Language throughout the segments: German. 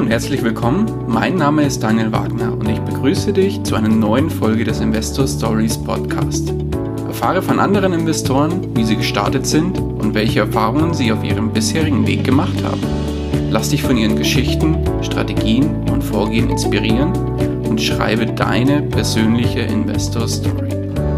und herzlich willkommen. Mein Name ist Daniel Wagner und ich begrüße dich zu einer neuen Folge des Investor Stories Podcast. Erfahre von anderen Investoren, wie sie gestartet sind und welche Erfahrungen sie auf ihrem bisherigen Weg gemacht haben. Lass dich von ihren Geschichten, Strategien und Vorgehen inspirieren und schreibe deine persönliche Investor Story.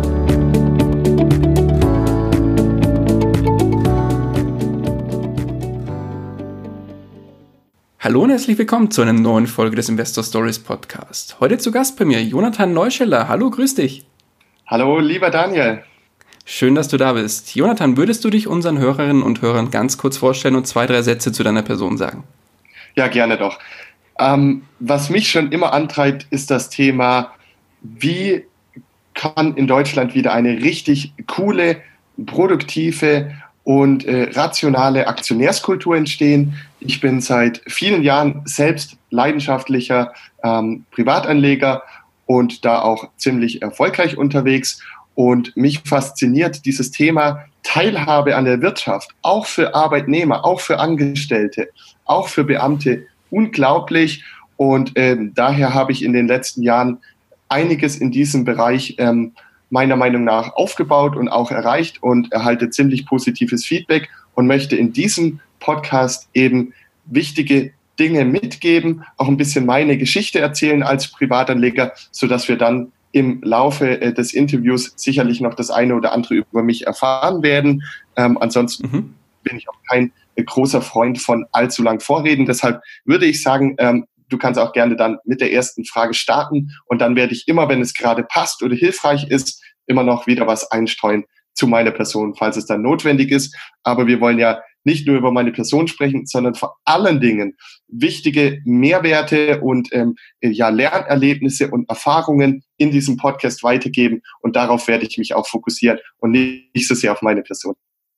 Hallo und herzlich willkommen zu einer neuen Folge des Investor Stories Podcast. Heute zu Gast bei mir Jonathan Neuscheller. Hallo, grüß dich. Hallo, lieber Daniel. Schön, dass du da bist. Jonathan, würdest du dich unseren Hörerinnen und Hörern ganz kurz vorstellen und 2-3 Sätze zu deiner Person sagen? Ja, gerne doch. Was mich schon immer antreibt, ist das Thema, wie kann in Deutschland wieder eine richtig coole, produktive und rationale Aktionärskultur entstehen. Ich bin seit vielen Jahren selbst leidenschaftlicher Privatanleger und da auch ziemlich erfolgreich unterwegs. Und mich fasziniert dieses Thema Teilhabe an der Wirtschaft, auch für Arbeitnehmer, auch für Angestellte, auch für Beamte, unglaublich. Und daher habe ich in den letzten Jahren einiges in diesem Bereich meiner Meinung nach aufgebaut und auch erreicht und erhalte ziemlich positives Feedback und möchte in diesem Podcast eben wichtige Dinge mitgeben, auch ein bisschen meine Geschichte erzählen als Privatanleger, sodass wir dann im Laufe des Interviews sicherlich noch das eine oder andere über mich erfahren werden. Ansonsten bin ich auch kein großer Freund von allzu lang Vorreden. Deshalb würde ich sagen, du kannst auch gerne dann mit der ersten Frage starten und dann werde ich immer, wenn es gerade passt oder hilfreich ist, immer noch wieder was einstreuen zu meiner Person, falls es dann notwendig ist. Aber wir wollen ja nicht nur über meine Person sprechen, sondern vor allen Dingen wichtige Mehrwerte und Lernerlebnisse und Erfahrungen in diesem Podcast weitergeben. Und darauf werde ich mich auch fokussieren und nicht so sehr auf meine Person.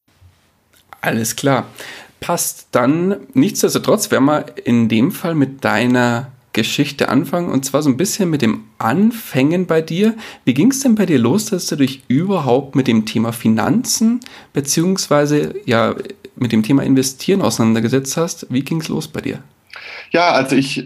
Alles klar. Passt. Dann nichtsdestotrotz werden wir in dem Fall mit deiner Geschichte anfangen und zwar so ein bisschen mit dem Anfängen bei dir. Wie ging es denn bei dir los, dass du dich überhaupt mit dem Thema Finanzen beziehungsweise mit dem Thema Investieren auseinandergesetzt hast? Wie ging es los bei dir? Ja, also ich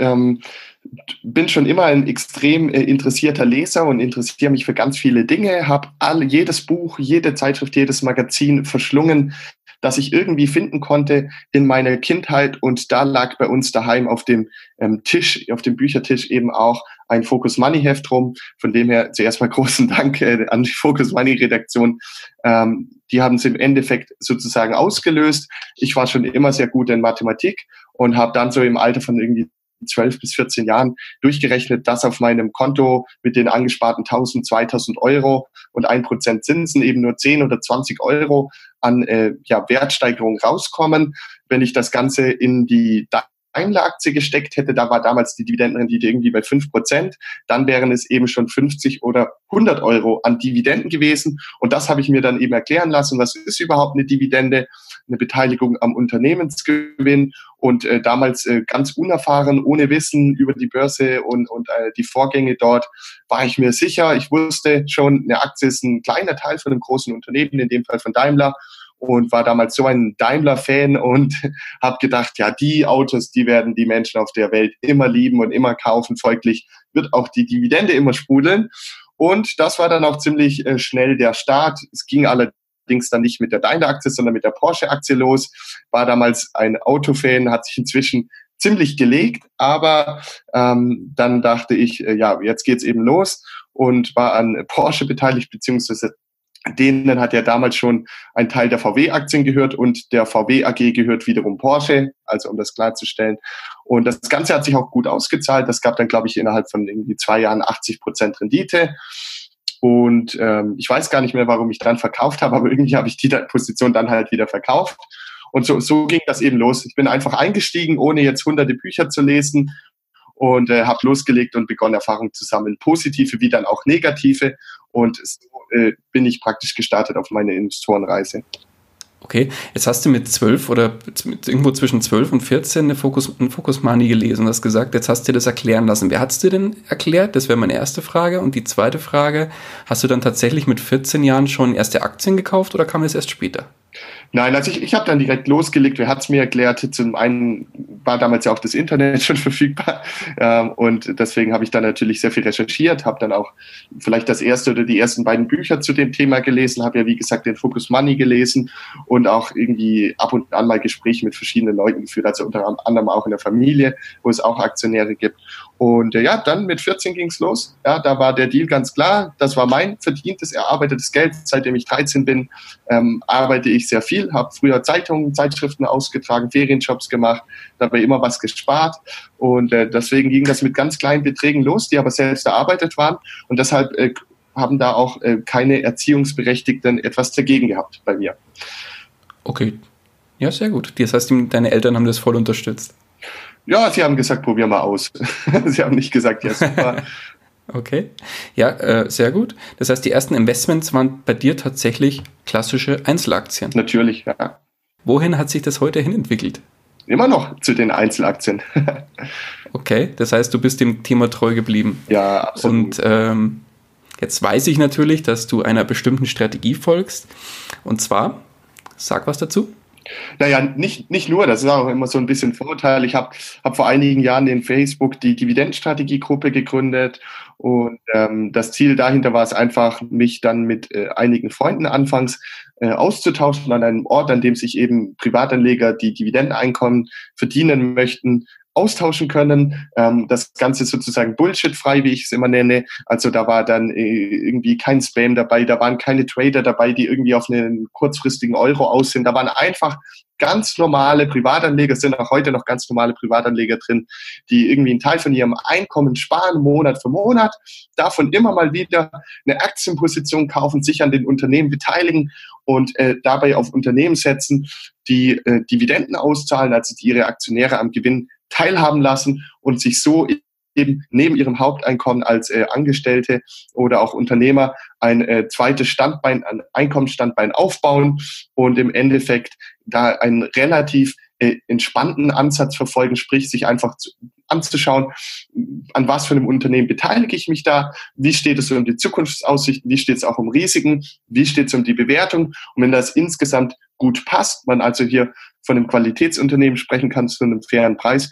bin schon immer ein extrem interessierter Leser und interessiere mich für ganz viele Dinge, habe jedes Buch, jede Zeitschrift, jedes Magazin verschlungen, das ich irgendwie finden konnte in meiner Kindheit, und da lag bei uns daheim auf dem Tisch, auf dem Büchertisch eben auch ein Focus Money Heft rum. Von dem her zuerst mal großen Dank an die Focus Money Redaktion. Die haben es im Endeffekt sozusagen ausgelöst. Ich war schon immer sehr gut in Mathematik und habe dann so im Alter von irgendwie 12 bis 14 Jahren durchgerechnet, dass auf meinem Konto mit den angesparten 1.000, 2.000 Euro und 1% Zinsen eben nur 10 oder 20 Euro an Wertsteigerung rauskommen. Wenn ich das Ganze in die Daimler-Aktie gesteckt hätte, da war damals die Dividendenrendite irgendwie bei 5%, dann wären es eben schon 50 oder 100 Euro an Dividenden gewesen. Und das habe ich mir dann eben erklären lassen, was ist überhaupt eine Dividende, eine Beteiligung am Unternehmensgewinn. Und damals ganz unerfahren, ohne Wissen über die Börse und die Vorgänge dort, war ich mir sicher. Ich wusste schon, eine Aktie ist ein kleiner Teil von einem großen Unternehmen, in dem Fall von Daimler. Und war damals so ein Daimler-Fan und habe gedacht, ja, die Autos, die werden die Menschen auf der Welt immer lieben und immer kaufen. Folglich wird auch die Dividende immer sprudeln. Und das war dann auch ziemlich schnell der Start. Es ging allerdings dann nicht mit der Daimler-Aktie, sondern mit der Porsche-Aktie los. War damals ein Autofan, hat sich inzwischen ziemlich gelegt. Aber dann dachte ich, jetzt geht's eben los, und war an Porsche beteiligt, beziehungsweise denen hat ja damals schon ein Teil der VW-Aktien gehört und der VW AG gehört wiederum Porsche, also um das klarzustellen. Und das Ganze hat sich auch gut ausgezahlt. Das gab dann, glaube ich, innerhalb von irgendwie 2 Jahren 80% Rendite. Und ich weiß gar nicht mehr, warum ich dann verkauft habe, aber irgendwie habe ich die Position dann halt wieder verkauft. Und so ging das eben los. Ich bin einfach eingestiegen, ohne jetzt hunderte Bücher zu lesen, und habe losgelegt und begonnen, Erfahrungen zu sammeln, positive wie dann auch negative. Und so bin ich praktisch gestartet auf meine Investorenreise. Okay, jetzt hast du mit 12 oder irgendwo zwischen 12 und 14 einen Focus Money gelesen und hast gesagt, jetzt hast du dir das erklären lassen. Wer hat es dir denn erklärt? Das wäre meine erste Frage. Und die zweite Frage, hast du dann tatsächlich mit 14 Jahren schon erste Aktien gekauft oder kam das erst später? Nein, also ich habe dann direkt losgelegt. Wer hat es mir erklärt? Zum einen war damals ja auch das Internet schon verfügbar und deswegen habe ich dann natürlich sehr viel recherchiert, habe dann auch vielleicht das erste oder die ersten beiden Bücher zu dem Thema gelesen, habe ja wie gesagt den Focus Money gelesen und auch irgendwie ab und an mal Gespräche mit verschiedenen Leuten geführt, also unter anderem auch in der Familie, wo es auch Aktionäre gibt. Und ja, dann mit 14 ging's los. Ja, da war der Deal ganz klar. Das war mein verdientes, erarbeitetes Geld. Seitdem ich 13 bin, arbeite ich sehr viel, habe früher Zeitungen, Zeitschriften ausgetragen, Ferienjobs gemacht, dabei immer was gespart. Und deswegen ging das mit ganz kleinen Beträgen los, die aber selbst erarbeitet waren. Und deshalb haben da auch keine Erziehungsberechtigten etwas dagegen gehabt bei mir. Okay, ja, sehr gut. Das heißt, deine Eltern haben das voll unterstützt. Ja, sie haben gesagt, probier mal aus. Sie haben nicht gesagt, ja, super. Okay, ja, sehr gut. Das heißt, die ersten Investments waren bei dir tatsächlich klassische Einzelaktien. Natürlich, ja. Wohin hat sich das heute hin entwickelt? Immer noch zu den Einzelaktien. Okay, das heißt, du bist dem Thema treu geblieben. Ja, absolut. Und jetzt weiß ich natürlich, dass du einer bestimmten Strategie folgst. Und zwar, sag was dazu. Naja, nicht nur, das ist auch immer so ein bisschen Vorteil. Ich hab vor einigen Jahren in Facebook die Dividendenstrategiegruppe gegründet und das Ziel dahinter war es einfach, mich dann mit einigen Freunden anfangs auszutauschen an einem Ort, an dem sich eben Privatanleger, die Dividendeneinkommen verdienen möchten, austauschen können. Das Ganze sozusagen bullshit-frei, wie ich es immer nenne. Also da war dann irgendwie kein Spam dabei, da waren keine Trader dabei, die irgendwie auf einen kurzfristigen Euro aus sind. Da waren einfach ganz normale Privatanleger, sind auch heute noch ganz normale Privatanleger drin, die irgendwie einen Teil von ihrem Einkommen sparen, Monat für Monat, davon immer mal wieder eine Aktienposition kaufen, sich an den Unternehmen beteiligen und dabei auf Unternehmen setzen, die Dividenden auszahlen, also die ihre Aktionäre am Gewinn teilhaben lassen und sich so eben neben ihrem Haupteinkommen als Angestellte oder auch Unternehmer ein zweites Standbein, ein Einkommensstandbein aufbauen und im Endeffekt da einen relativ entspannten Ansatz verfolgen, sprich sich einfach anzuschauen, an was für einem Unternehmen beteilige ich mich da, wie steht es um die Zukunftsaussichten, wie steht es auch um Risiken, wie steht es um die Bewertung und wenn das insgesamt gut passt, man also hier von einem Qualitätsunternehmen sprechen kann zu einem fairen Preis,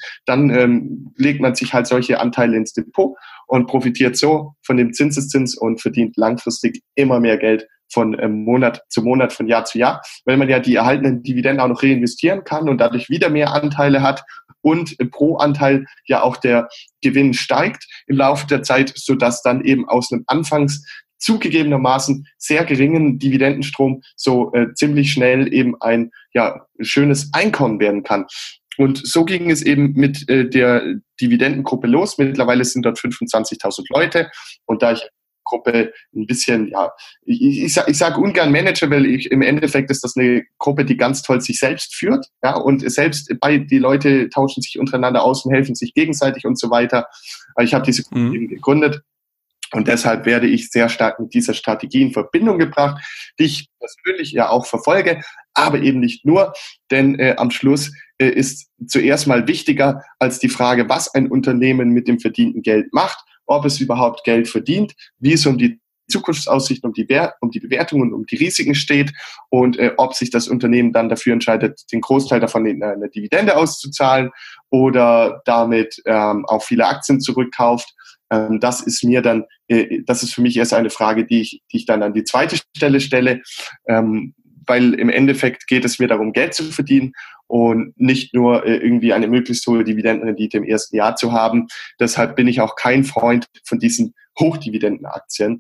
dann legt man sich halt solche Anteile ins Depot und profitiert so von dem Zinseszins und verdient langfristig immer mehr Geld von Monat zu Monat, von Jahr zu Jahr, weil man ja die erhaltenen Dividenden auch noch reinvestieren kann und dadurch wieder mehr Anteile hat und pro Anteil ja auch der Gewinn steigt im Laufe der Zeit, sodass dann eben aus einem anfangs zugegebenermaßen sehr geringen Dividendenstrom so ziemlich schnell eben ein schönes Einkommen werden kann. Und so ging es eben mit der Dividendengruppe los. Mittlerweile sind dort 25.000 Leute und da ich Gruppe ein bisschen, ich sag ungern Manager, weil im Endeffekt ist das eine Gruppe, die ganz toll sich selbst führt, ja, und selbst die Leute tauschen sich untereinander aus und helfen sich gegenseitig und so weiter. Ich habe diese Gruppe eben gegründet. Und deshalb werde ich sehr stark mit dieser Strategie in Verbindung gebracht, die ich persönlich ja auch verfolge, aber eben nicht nur, denn am Schluss ist zuerst mal wichtiger als die Frage, was ein Unternehmen mit dem verdienten Geld macht, ob es überhaupt Geld verdient, wie es um die Zukunftsaussichten, um die Bewertung und um die Risiken steht und ob sich das Unternehmen dann dafür entscheidet, den Großteil davon in eine Dividende auszuzahlen oder damit auch viele Aktien zurückkauft. Das ist für mich erst eine Frage, die ich dann an die zweite Stelle stelle, weil im Endeffekt geht es mir darum, Geld zu verdienen und nicht nur irgendwie eine möglichst hohe Dividendenrendite im ersten Jahr zu haben. Deshalb bin ich auch kein Freund von diesen Hochdividendenaktien.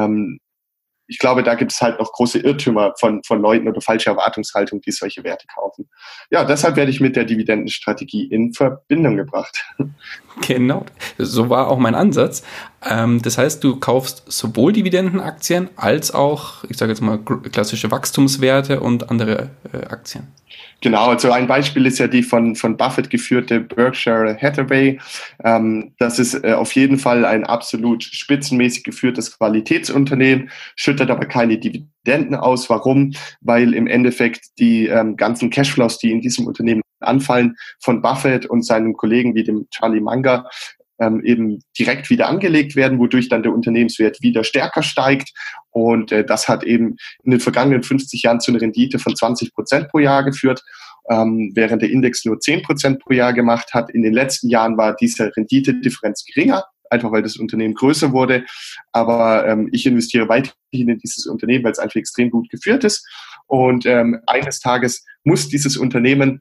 Ich glaube, da gibt es halt noch große Irrtümer von Leuten oder falsche Erwartungshaltung, die solche Werte kaufen. Ja, deshalb werde ich mit der Dividendenstrategie in Verbindung gebracht. Genau, so war auch mein Ansatz. Das heißt, du kaufst sowohl Dividendenaktien als auch, ich sage jetzt mal, klassische Wachstumswerte und andere Aktien. Genau, also ein Beispiel ist ja die von Buffett geführte Berkshire Hathaway. Das ist auf jeden Fall ein absolut spitzenmäßig geführtes Qualitätsunternehmen, schüttet aber keine Dividenden aus. Warum? Weil im Endeffekt die ganzen Cashflows, die in diesem Unternehmen anfallen, von Buffett und seinen Kollegen wie dem Charlie Munger, eben direkt wieder angelegt werden, wodurch dann der Unternehmenswert wieder stärker steigt. Und das hat eben in den vergangenen 50 Jahren zu einer Rendite von 20% pro Jahr geführt, während der Index nur 10% pro Jahr gemacht hat. In den letzten Jahren war diese Renditedifferenz geringer, einfach weil das Unternehmen größer wurde. Aber ich investiere weiterhin in dieses Unternehmen, weil es einfach extrem gut geführt ist. Und eines Tages muss dieses Unternehmen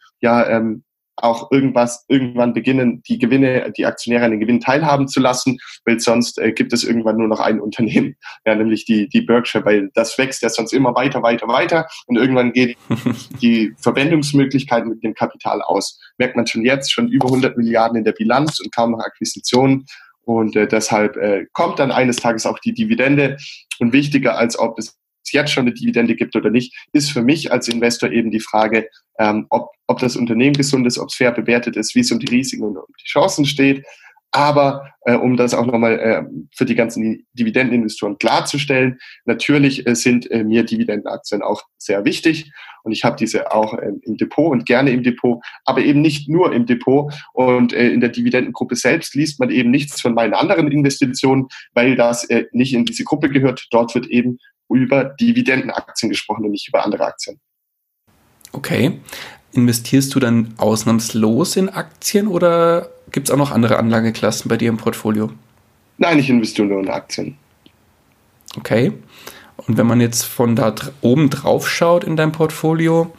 auch irgendwann beginnen, die Aktionäre an den Gewinn teilhaben zu lassen, weil sonst gibt es irgendwann nur noch ein Unternehmen, ja, nämlich die Berkshire, weil das wächst ja sonst immer weiter und irgendwann gehen die Verwendungsmöglichkeiten mit dem Kapital aus. Merkt man schon jetzt, schon über 100 Milliarden in der Bilanz und kaum noch Akquisitionen. Und deshalb kommt dann eines Tages auch die Dividende. Und wichtiger, als ob es jetzt schon eine Dividende gibt oder nicht, ist für mich als Investor eben die Frage, ob das Unternehmen gesund ist, ob es fair bewertet ist, wie es um die Risiken und um die Chancen steht. Aber um das auch nochmal für die ganzen Dividendeninvestoren klarzustellen, natürlich sind mir Dividendenaktien auch sehr wichtig und ich habe diese auch im Depot und gerne im Depot, aber eben nicht nur im Depot. Und in der Dividendengruppe selbst liest man eben nichts von meinen anderen Investitionen, weil das nicht in diese Gruppe gehört. Dort wird eben über Dividendenaktien gesprochen und nicht über andere Aktien. Okay. Investierst du dann ausnahmslos in Aktien oder gibt es auch noch andere Anlageklassen bei dir im Portfolio? Nein, ich investiere nur in Aktien. Okay. Und wenn man jetzt von da oben drauf schaut in dein Portfolio,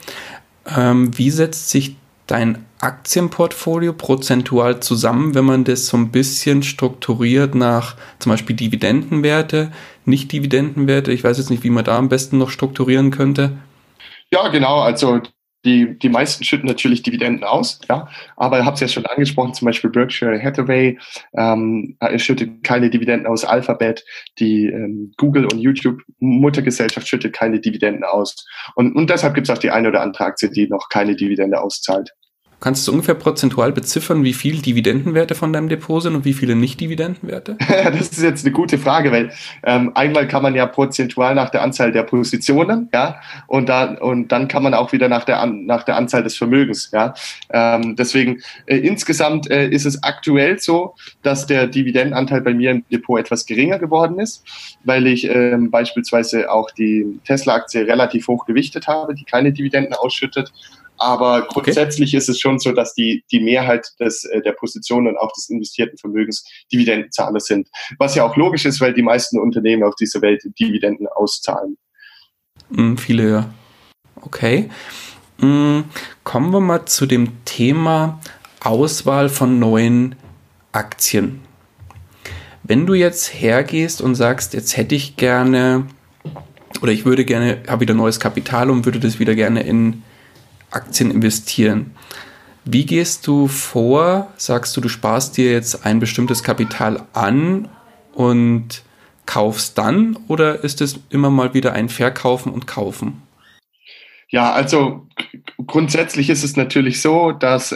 wie setzt sich dein Aktienportfolio prozentual zusammen, wenn man das so ein bisschen strukturiert nach zum Beispiel Dividendenwerte, Nicht-Dividendenwerte? Ich weiß jetzt nicht, wie man da am besten noch strukturieren könnte. Ja, genau. Also die meisten schütten natürlich Dividenden aus, ja, aber ich habe es ja schon angesprochen, zum Beispiel Berkshire Hathaway schüttet keine Dividenden aus, Alphabet, die Google und YouTube Muttergesellschaft schüttet keine Dividenden aus. Und deshalb gibt es auch die eine oder andere Aktie, die noch keine Dividende auszahlt. Kannst du ungefähr prozentual beziffern, wie viel Dividendenwerte von deinem Depot sind und wie viele Nicht-Dividendenwerte? Das ist jetzt eine gute Frage, weil einmal kann man ja prozentual nach der Anzahl der Positionen, ja, und dann kann man auch wieder nach der Anzahl des Vermögens, ja. Deswegen insgesamt ist es aktuell so, dass der Dividendenanteil bei mir im Depot etwas geringer geworden ist, weil ich beispielsweise auch die Tesla-Aktie relativ hoch gewichtet habe, die keine Dividenden ausschüttet. Aber grundsätzlich ist es schon so, dass die Mehrheit der Positionen und auch des investierten Vermögens Dividendenzahler sind. Was ja auch logisch ist, weil die meisten Unternehmen auf dieser Welt Dividenden auszahlen. Viele, ja. Okay. Kommen wir mal zu dem Thema Auswahl von neuen Aktien. Wenn du jetzt hergehst und sagst, jetzt hätte ich gerne oder ich würde gerne, habe wieder neues Kapital und würde das wieder gerne in Aktien investieren. Wie gehst du vor? Sagst du, du sparst dir jetzt ein bestimmtes Kapital an und kaufst dann? Oder ist es immer mal wieder ein Verkaufen und Kaufen? Ja, also grundsätzlich ist es natürlich so, dass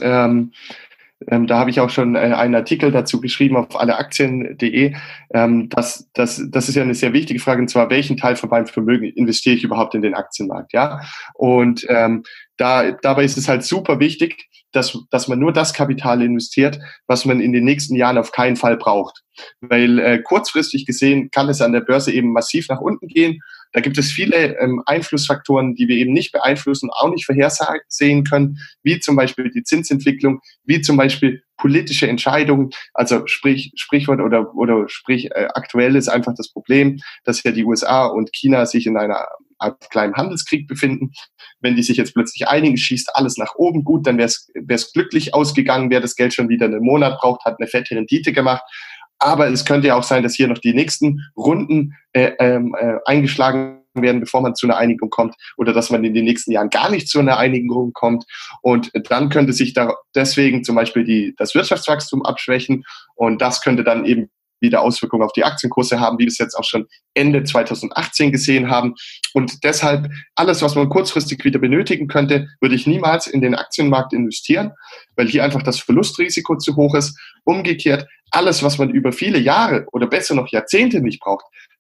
da habe ich auch schon einen Artikel dazu geschrieben auf alleaktien.de. Das ist ja eine sehr wichtige Frage, und zwar, welchen Teil von meinem Vermögen investiere ich überhaupt in den Aktienmarkt? Ja, und dabei ist es halt super wichtig, dass man nur das Kapital investiert, was man in den nächsten Jahren auf keinen Fall braucht. Weil kurzfristig gesehen kann es an der Börse eben massiv nach unten gehen. Da gibt es viele Einflussfaktoren, die wir eben nicht beeinflussen, auch nicht vorhersehen können, wie zum Beispiel die Zinsentwicklung, wie zum Beispiel politische Entscheidungen. Also Sprichwort oder aktuell ist einfach das Problem, dass ja die USA und China sich in einer Art kleinen Handelskrieg befinden. Wenn die sich jetzt plötzlich einigen, schießt alles nach oben. Gut, dann wäre es glücklich ausgegangen, wer das Geld schon wieder einen Monat braucht, hat eine fette Rendite gemacht. Aber es könnte ja auch sein, dass hier noch die nächsten Runden eingeschlagen werden, bevor man zu einer Einigung kommt, oder dass man in den nächsten Jahren gar nicht zu einer Einigung kommt. Und dann könnte sich deswegen zum Beispiel das Wirtschaftswachstum abschwächen, und das könnte dann eben wieder Auswirkungen auf die Aktienkurse haben, wie wir es jetzt auch schon Ende 2018 gesehen haben. Und deshalb, alles, was man kurzfristig wieder benötigen könnte, würde ich niemals in den Aktienmarkt investieren, weil hier einfach das Verlustrisiko zu hoch ist. Umgekehrt, alles, was man über viele Jahre oder besser noch Jahrzehnte nicht braucht,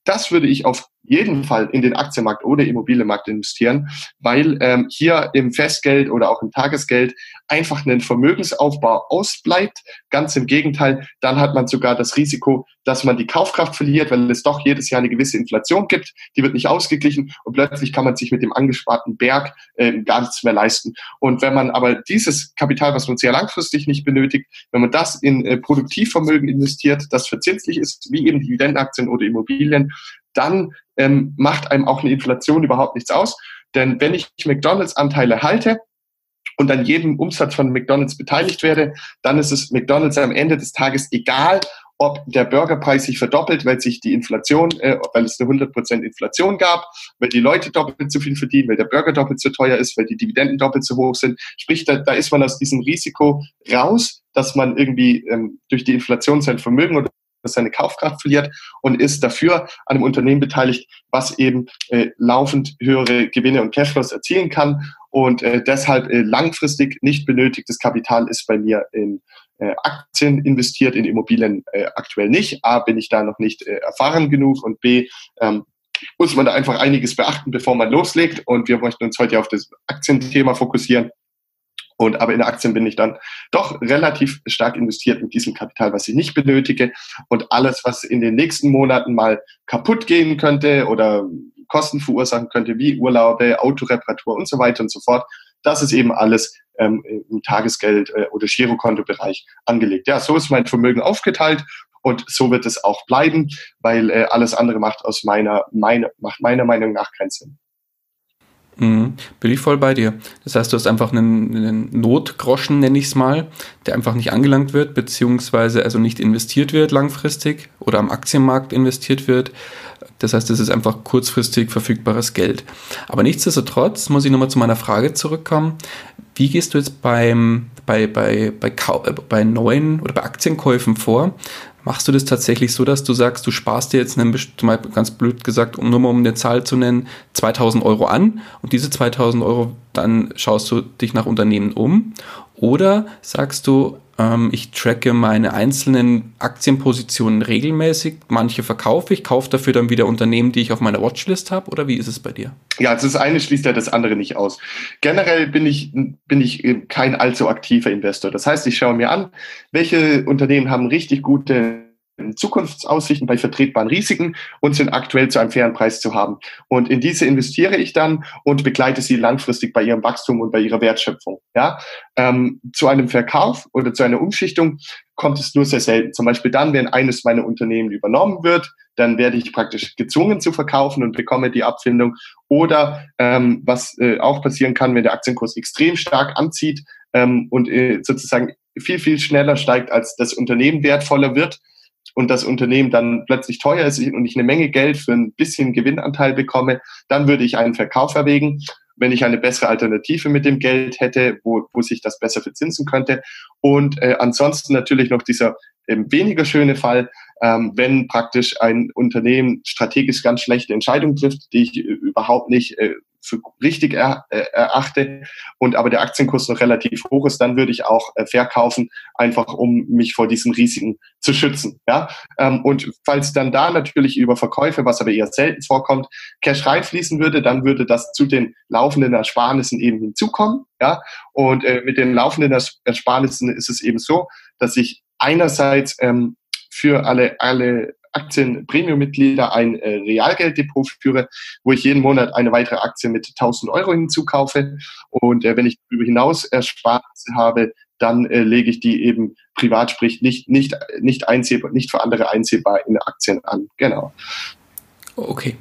Das würde ich auf jeden Fall in den Aktienmarkt oder Immobilienmarkt investieren, weil hier im Festgeld oder auch im Tagesgeld einfach ein Vermögensaufbau ausbleibt. Ganz im Gegenteil, dann hat man sogar das Risiko, dass man die Kaufkraft verliert, weil es doch jedes Jahr eine gewisse Inflation gibt. Die wird nicht ausgeglichen und plötzlich kann man sich mit dem angesparten Berg gar nichts mehr leisten. Und wenn man aber dieses Kapital, was man sehr langfristig nicht benötigt, wenn man das in Produktivvermögen investiert, das verzinslich ist, wie eben Dividendenaktien oder Immobilien, dann macht einem auch eine Inflation überhaupt nichts aus. Denn wenn ich McDonalds-Anteile halte und an jedem Umsatz von McDonalds beteiligt werde, dann ist es McDonalds am Ende des Tages egal, ob der Burgerpreis sich verdoppelt, weil sich die Inflation, weil es eine 100% Inflation gab, weil die Leute doppelt so viel verdienen, weil der Burger doppelt so teuer ist, weil die Dividenden doppelt so hoch sind. Sprich, da ist man aus diesem Risiko raus, dass man irgendwie durch die Inflation sein Vermögen oder seine Kaufkraft verliert und ist dafür an einem Unternehmen beteiligt, was eben laufend höhere Gewinne und Cashflows erzielen kann. Und deshalb langfristig nicht benötigtes Kapital ist bei mir in Aktien investiert, in Immobilien aktuell nicht. A, bin ich da noch nicht erfahren genug und B, muss man da einfach einiges beachten, bevor man loslegt. Und wir möchten uns heute auf das Aktienthema fokussieren. Aber in Aktien bin ich dann doch relativ stark investiert mit diesem Kapital, was ich nicht benötige. Und alles, was in den nächsten Monaten mal kaputt gehen könnte oder Kosten verursachen könnte, wie Urlaube, Autoreparatur und so weiter und so fort, das ist eben alles im Tagesgeld- oder Girokontobereich angelegt. Ja, so ist mein Vermögen aufgeteilt und so wird es auch bleiben, weil alles andere macht meiner Meinung nach keinen Sinn. Bin ich voll bei dir. Das heißt, du hast einfach einen Notgroschen, nenne ich es mal, der einfach nicht angelangt wird, beziehungsweise also nicht investiert wird langfristig oder am Aktienmarkt investiert wird. Das heißt, es ist einfach kurzfristig verfügbares Geld. Aber nichtsdestotrotz muss ich nochmal zu meiner Frage zurückkommen. Wie gehst du jetzt bei neuen oder bei Aktienkäufen vor? Machst du das tatsächlich so, dass du sagst, du sparst dir jetzt, mal ganz blöd gesagt, nur mal um eine Zahl zu nennen, 2.000 Euro an und diese 2.000 Euro, dann schaust du dich nach Unternehmen um? Oder sagst du, ich tracke meine einzelnen Aktienpositionen regelmäßig, manche verkaufe ich, kaufe dafür dann wieder Unternehmen, die ich auf meiner Watchlist habe? Oder wie ist es bei dir? Ja, also das eine schließt ja das andere nicht aus. Generell bin ich kein allzu aktiver Investor. Das heißt, ich schaue mir an, welche Unternehmen haben richtig gute Zukunftsaussichten bei vertretbaren Risiken und sind aktuell zu einem fairen Preis zu haben. Und in diese investiere ich dann und begleite sie langfristig bei ihrem Wachstum und bei ihrer Wertschöpfung. Ja? Zu einem Verkauf oder zu einer Umschichtung kommt es nur sehr selten. Zum Beispiel dann, wenn eines meiner Unternehmen übernommen wird, dann werde ich praktisch gezwungen zu verkaufen und bekomme die Abfindung. Oder was auch passieren kann, wenn der Aktienkurs extrem stark anzieht und sozusagen viel, viel schneller steigt, als das Unternehmen wertvoller wird, und das Unternehmen dann plötzlich teuer ist und ich eine Menge Geld für ein bisschen Gewinnanteil bekomme, dann würde ich einen Verkauf erwägen, wenn ich eine bessere Alternative mit dem Geld hätte, wo sich das besser verzinsen könnte. Und ansonsten natürlich noch dieser weniger schöne Fall, wenn praktisch ein Unternehmen strategisch ganz schlechte Entscheidungen trifft, die ich überhaupt nicht für richtig erachte und aber der Aktienkurs noch relativ hoch ist, dann würde ich auch verkaufen, einfach um mich vor diesen Risiken zu schützen. Ja? Und falls dann da natürlich über Verkäufe, was aber eher selten vorkommt, Cash reinfließen würde, dann würde das zu den laufenden Ersparnissen eben hinzukommen. Ja? Und mit den laufenden Ersparnissen ist es eben so, dass ich einerseits für alle Aktien-Premium-Mitglieder ein Realgelddepot führe, wo ich jeden Monat eine weitere Aktie mit 1.000 Euro hinzukaufe. Und wenn ich darüber hinaus Ersparnisse habe, dann lege ich die eben privat, sprich nicht einsehbar, nicht für andere einsehbar in Aktien an. Genau. Okay.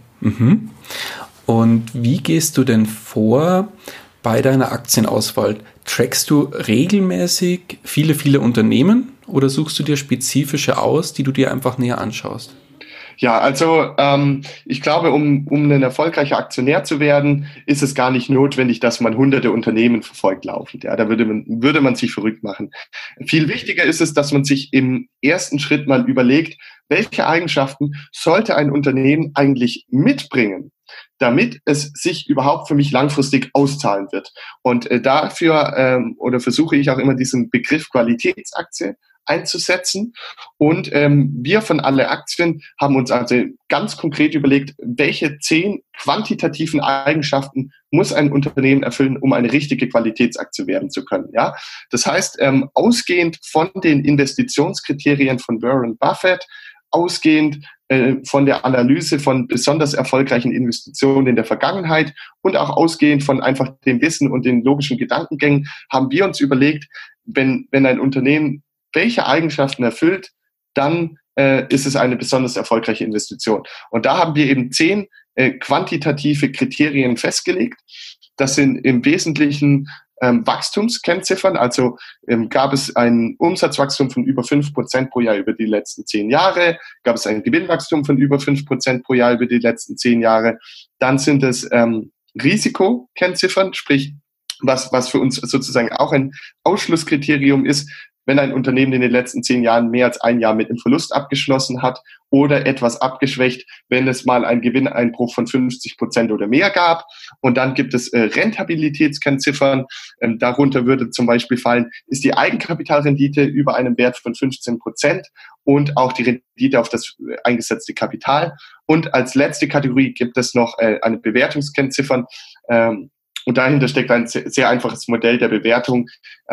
Und wie gehst du denn vor bei deiner Aktienauswahl? Trackst du regelmäßig viele Unternehmen oder suchst du dir spezifische aus, die du dir einfach näher anschaust? Ja, also ich glaube, um ein erfolgreicher Aktionär zu werden, ist es gar nicht notwendig, dass man hunderte Unternehmen verfolgt laufend. Ja, da würde man sich verrückt machen. Viel wichtiger ist es, dass man sich im ersten Schritt mal überlegt, welche Eigenschaften sollte ein Unternehmen eigentlich mitbringen, damit es sich überhaupt für mich langfristig auszahlen wird. Und dafür versuche ich auch immer diesen Begriff Qualitätsaktie einzusetzen. Und wir von Alle Aktien haben uns also ganz konkret überlegt, welche 10 quantitativen Eigenschaften muss ein Unternehmen erfüllen, um eine richtige Qualitätsaktie werden zu können. Ja, das heißt, ausgehend von den Investitionskriterien von Warren Buffett, ausgehend von der Analyse von besonders erfolgreichen Investitionen in der Vergangenheit und auch ausgehend von einfach dem Wissen und den logischen Gedankengängen haben wir uns überlegt, wenn ein Unternehmen welche Eigenschaften erfüllt, dann ist es eine besonders erfolgreiche Investition. Und da haben wir eben 10 quantitative Kriterien festgelegt. Das sind im Wesentlichen Wachstumskennziffern, also gab es ein Umsatzwachstum von über 5% pro Jahr über die letzten 10 Jahre, gab es ein Gewinnwachstum von über 5% pro Jahr über die letzten 10 Jahre. Dann sind es Risikokennziffern, sprich was für uns sozusagen auch ein Ausschlusskriterium ist, wenn ein Unternehmen in den letzten 10 Jahren mehr als ein Jahr mit einem Verlust abgeschlossen hat oder etwas abgeschwächt, wenn es mal einen Gewinneinbruch von 50% oder mehr gab. Und dann gibt es Rentabilitätskennziffern. Darunter würde zum Beispiel fallen, ist die Eigenkapitalrendite über einem Wert von 15% und auch die Rendite auf das eingesetzte Kapital. Und als letzte Kategorie gibt es noch eine Bewertungskennziffern. Und dahinter steckt ein sehr einfaches Modell der Bewertung.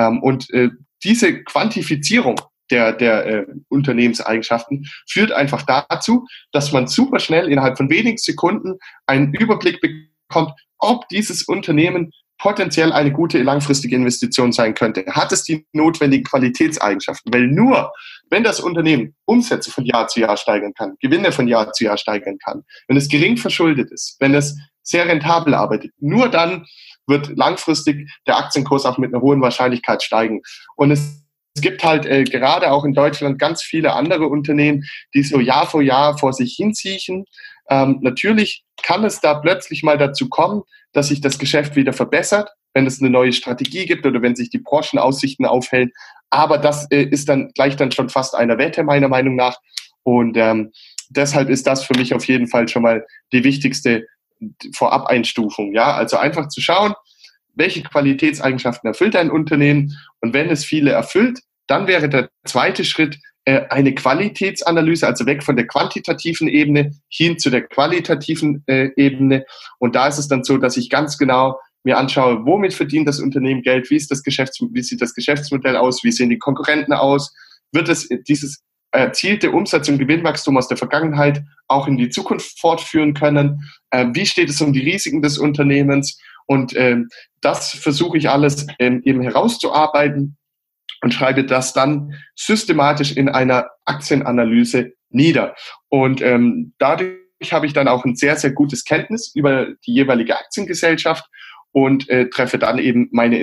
Diese Quantifizierung der Unternehmenseigenschaften führt einfach dazu, dass man super schnell innerhalb von wenigen Sekunden einen Überblick bekommt, ob dieses Unternehmen potenziell eine gute langfristige Investition sein könnte. Hat es die notwendigen Qualitätseigenschaften? Weil nur, wenn das Unternehmen Umsätze von Jahr zu Jahr steigern kann, Gewinne von Jahr zu Jahr steigern kann, wenn es gering verschuldet ist, wenn es sehr rentabel arbeitet, nur dann wird langfristig der Aktienkurs auch mit einer hohen Wahrscheinlichkeit steigen. Und es gibt halt gerade auch in Deutschland ganz viele andere Unternehmen, die so Jahr vor sich hinsiechen. Natürlich kann es da plötzlich mal dazu kommen, dass sich das Geschäft wieder verbessert, wenn es eine neue Strategie gibt oder wenn sich die Branchenaussichten aufhellen. Aber das ist dann gleich dann schon fast einer Wette, meiner Meinung nach. Und deshalb ist das für mich auf jeden Fall schon mal die wichtigste Vorab-Einstufung. Ja, also einfach zu schauen, welche Qualitätseigenschaften erfüllt ein Unternehmen. Und wenn es viele erfüllt, dann wäre der zweite Schritt eine Qualitätsanalyse, also weg von der quantitativen Ebene hin zu der qualitativen Ebene. Und da ist es dann so, dass ich ganz genau mir anschaue, womit verdient das Unternehmen Geld, wie sieht das Geschäftsmodell aus, wie sehen die Konkurrenten aus, wird es dieses erzielte Umsatz- und Gewinnwachstum aus der Vergangenheit auch in die Zukunft fortführen können, wie steht es um die Risiken des Unternehmens und das versuche ich alles eben herauszuarbeiten und schreibe das dann systematisch in einer Aktienanalyse nieder. Und dadurch habe ich dann auch ein sehr, sehr gutes Kenntnis über die jeweilige Aktiengesellschaft und treffe dann eben meine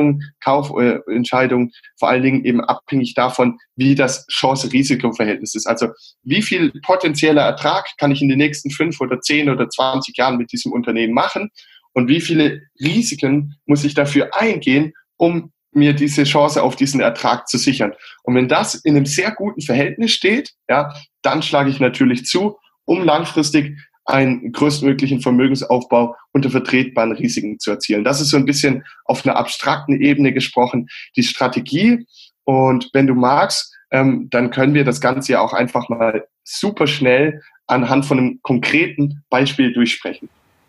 Kaufentscheidung, vor allen Dingen eben abhängig davon, wie das Chance-Risiko-Verhältnis ist. Also wie viel potenzieller Ertrag kann ich in den nächsten 5 oder 10 oder 20 Jahren mit diesem Unternehmen machen und wie viele Risiken muss ich dafür eingehen, um mir diese Chance auf diesen Ertrag zu sichern. Und wenn das in einem sehr guten Verhältnis steht, ja, dann schlage ich natürlich zu, um langfristig einen größtmöglichen Vermögensaufbau unter vertretbaren Risiken zu erzielen. Das ist so ein bisschen auf einer abstrakten Ebene gesprochen die Strategie. Und wenn du magst, dann können wir das Ganze ja auch einfach mal super schnell anhand von einem konkreten Beispiel durchsprechen.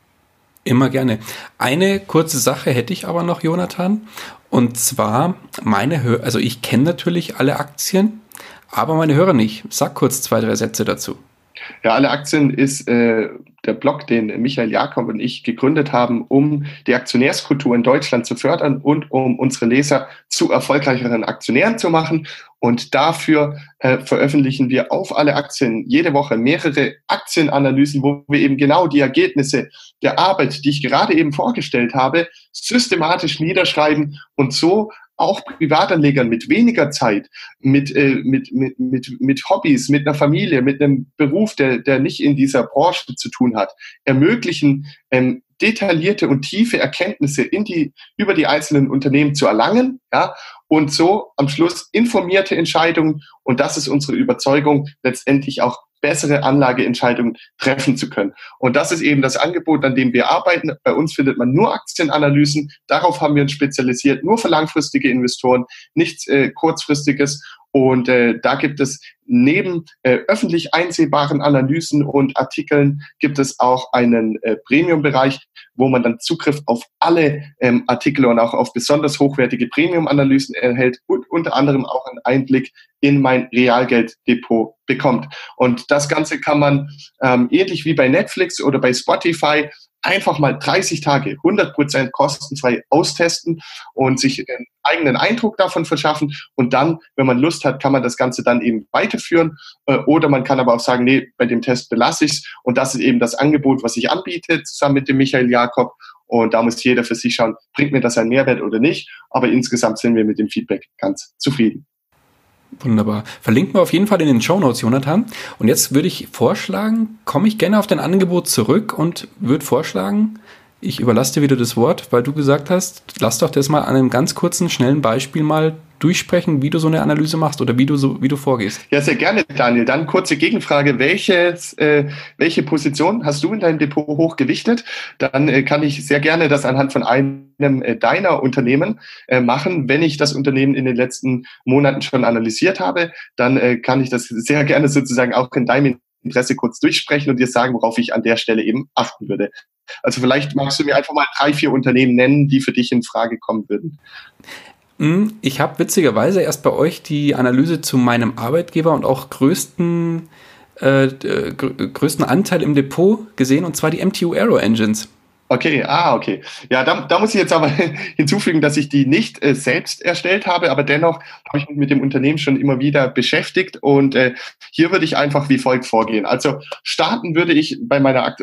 Immer gerne. Eine kurze Sache hätte ich aber noch, Jonathan. Und zwar also ich kenne natürlich alle Aktien, aber meine Hörer nicht. Sag kurz 2, 3 Sätze dazu. Ja, Alle Aktien ist der Blog, den Michael Jakob und ich gegründet haben, um die Aktionärskultur in Deutschland zu fördern und um unsere Leser zu erfolgreicheren Aktionären zu machen. Und dafür veröffentlichen wir auf Alle Aktien jede Woche mehrere Aktienanalysen, wo wir eben genau die Ergebnisse der Arbeit, die ich gerade eben vorgestellt habe, systematisch niederschreiben und so auch Privatanlegern mit weniger Zeit, mit Hobbys, mit einer Familie, mit einem Beruf, der nicht in dieser Branche zu tun hat, ermöglichen, detaillierte und tiefe Erkenntnisse über die einzelnen Unternehmen zu erlangen, ja, und so am Schluss informierte Entscheidungen, und das ist unsere Überzeugung, letztendlich auch bessere Anlageentscheidungen treffen zu können. Und das ist eben das Angebot, an dem wir arbeiten. Bei uns findet man nur Aktienanalysen. Darauf haben wir uns spezialisiert, nur für langfristige Investoren, nichts Kurzfristiges. Und da gibt es neben öffentlich einsehbaren Analysen und Artikeln gibt es auch einen Premium-Bereich, wo man dann Zugriff auf alle Artikel und auch auf besonders hochwertige Premium-Analysen erhält und unter anderem auch einen Einblick in mein Realgelddepot bekommt. Und das Ganze kann man ähnlich wie bei Netflix oder bei Spotify einfach mal 30 Tage 100% kostenfrei austesten und sich einen eigenen Eindruck davon verschaffen. Und dann, wenn man Lust hat, kann man das Ganze dann eben weiterführen. Oder man kann aber auch sagen, nee, bei dem Test belasse ich es. Und das ist eben das Angebot, was ich anbiete, zusammen mit dem Michael Jakob. Und da muss jeder für sich schauen, bringt mir das einen Mehrwert oder nicht. Aber insgesamt sind wir mit dem Feedback ganz zufrieden. Wunderbar. Verlinken wir auf jeden Fall in den Shownotes, Jonathan. Und jetzt würde ich vorschlagen, komme ich gerne auf dein Angebot zurück und würde vorschlagen, ich überlasse dir wieder das Wort, weil du gesagt hast, lass doch das mal an einem ganz kurzen, schnellen Beispiel mal durchsprechen, wie du so eine Analyse machst oder wie du vorgehst. Ja, sehr gerne, Daniel. Dann kurze Gegenfrage. Welche Position hast du in deinem Depot hochgewichtet? Dann kann ich sehr gerne das anhand von einem deiner Unternehmen machen. Wenn ich das Unternehmen in den letzten Monaten schon analysiert habe, dann kann ich das sehr gerne sozusagen auch in deinem Interesse kurz durchsprechen und dir sagen, worauf ich an der Stelle eben achten würde. Also vielleicht magst du mir einfach mal 3, 4 Unternehmen nennen, die für dich in Frage kommen würden. Ich habe witzigerweise erst bei euch die Analyse zu meinem Arbeitgeber und auch größten Anteil im Depot gesehen, und zwar die MTU Aero Engines. Okay, okay. Ja, da muss ich jetzt aber hinzufügen, dass ich die nicht selbst erstellt habe, aber dennoch habe ich mich mit dem Unternehmen schon immer wieder beschäftigt und hier würde ich einfach wie folgt vorgehen. Also starten tue ich bei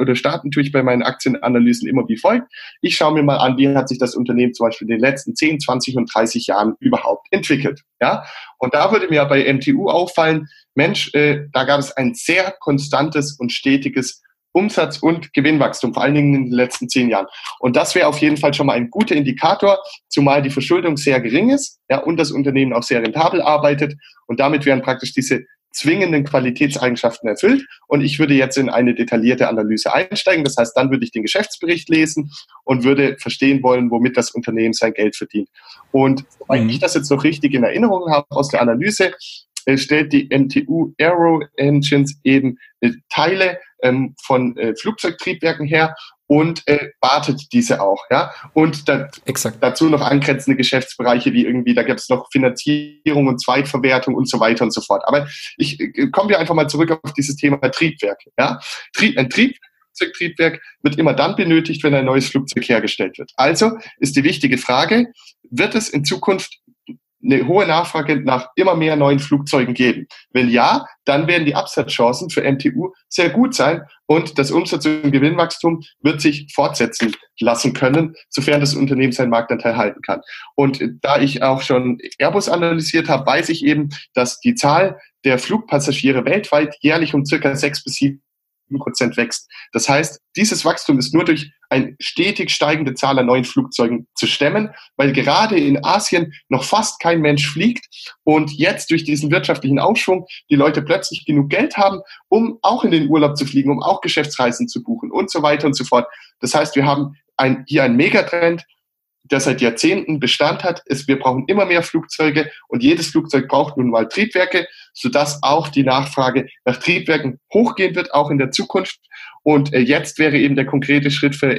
meinen Aktienanalysen immer wie folgt. Ich schaue mir mal an, wie hat sich das Unternehmen zum Beispiel in den letzten 10, 20 und 30 Jahren überhaupt entwickelt. Ja, und da würde mir bei MTU auffallen, Mensch, da gab es ein sehr konstantes und stetiges Umsatz- und Gewinnwachstum, vor allen Dingen in den letzten 10 Jahren. Und das wäre auf jeden Fall schon mal ein guter Indikator, zumal die Verschuldung sehr gering ist, ja, und das Unternehmen auch sehr rentabel arbeitet. Und damit wären praktisch diese zwingenden Qualitätseigenschaften erfüllt. Und ich würde jetzt in eine detaillierte Analyse einsteigen. Das heißt, dann würde ich den Geschäftsbericht lesen und würde verstehen wollen, womit das Unternehmen sein Geld verdient. Und weil ich das jetzt noch richtig in Erinnerung habe aus der Analyse, stellt die MTU Aero Engines eben Teile von Flugzeugtriebwerken her und wartet diese auch. Ja? Und dazu noch angrenzende Geschäftsbereiche, wie irgendwie, da gibt es noch Finanzierung und Zweitverwertung und so weiter und so fort. Aber ich komme einfach mal zurück auf dieses Thema Triebwerke. Ja? Ein Flugzeugtriebwerk wird immer dann benötigt, wenn ein neues Flugzeug hergestellt wird. Also ist die wichtige Frage, wird es in Zukunft eine hohe Nachfrage nach immer mehr neuen Flugzeugen geben? Wenn ja, dann werden die Absatzchancen für MTU sehr gut sein und das Umsatz- und Gewinnwachstum wird sich fortsetzen lassen können, sofern das Unternehmen seinen Marktanteil halten kann. Und da ich auch schon Airbus analysiert habe, weiß ich eben, dass die Zahl der Flugpassagiere weltweit jährlich um circa 6 bis 7% wächst. Das heißt, dieses Wachstum ist nur durch eine stetig steigende Zahl an neuen Flugzeugen zu stemmen, weil gerade in Asien noch fast kein Mensch fliegt und jetzt durch diesen wirtschaftlichen Aufschwung die Leute plötzlich genug Geld haben, um auch in den Urlaub zu fliegen, um auch Geschäftsreisen zu buchen und so weiter und so fort. Das heißt, wir haben hier einen Megatrend, der seit Jahrzehnten Bestand hat, ist, wir brauchen immer mehr Flugzeuge und jedes Flugzeug braucht nun mal Triebwerke, sodass auch die Nachfrage nach Triebwerken hochgehen wird, auch in der Zukunft. Und jetzt wäre eben der konkrete Schritt für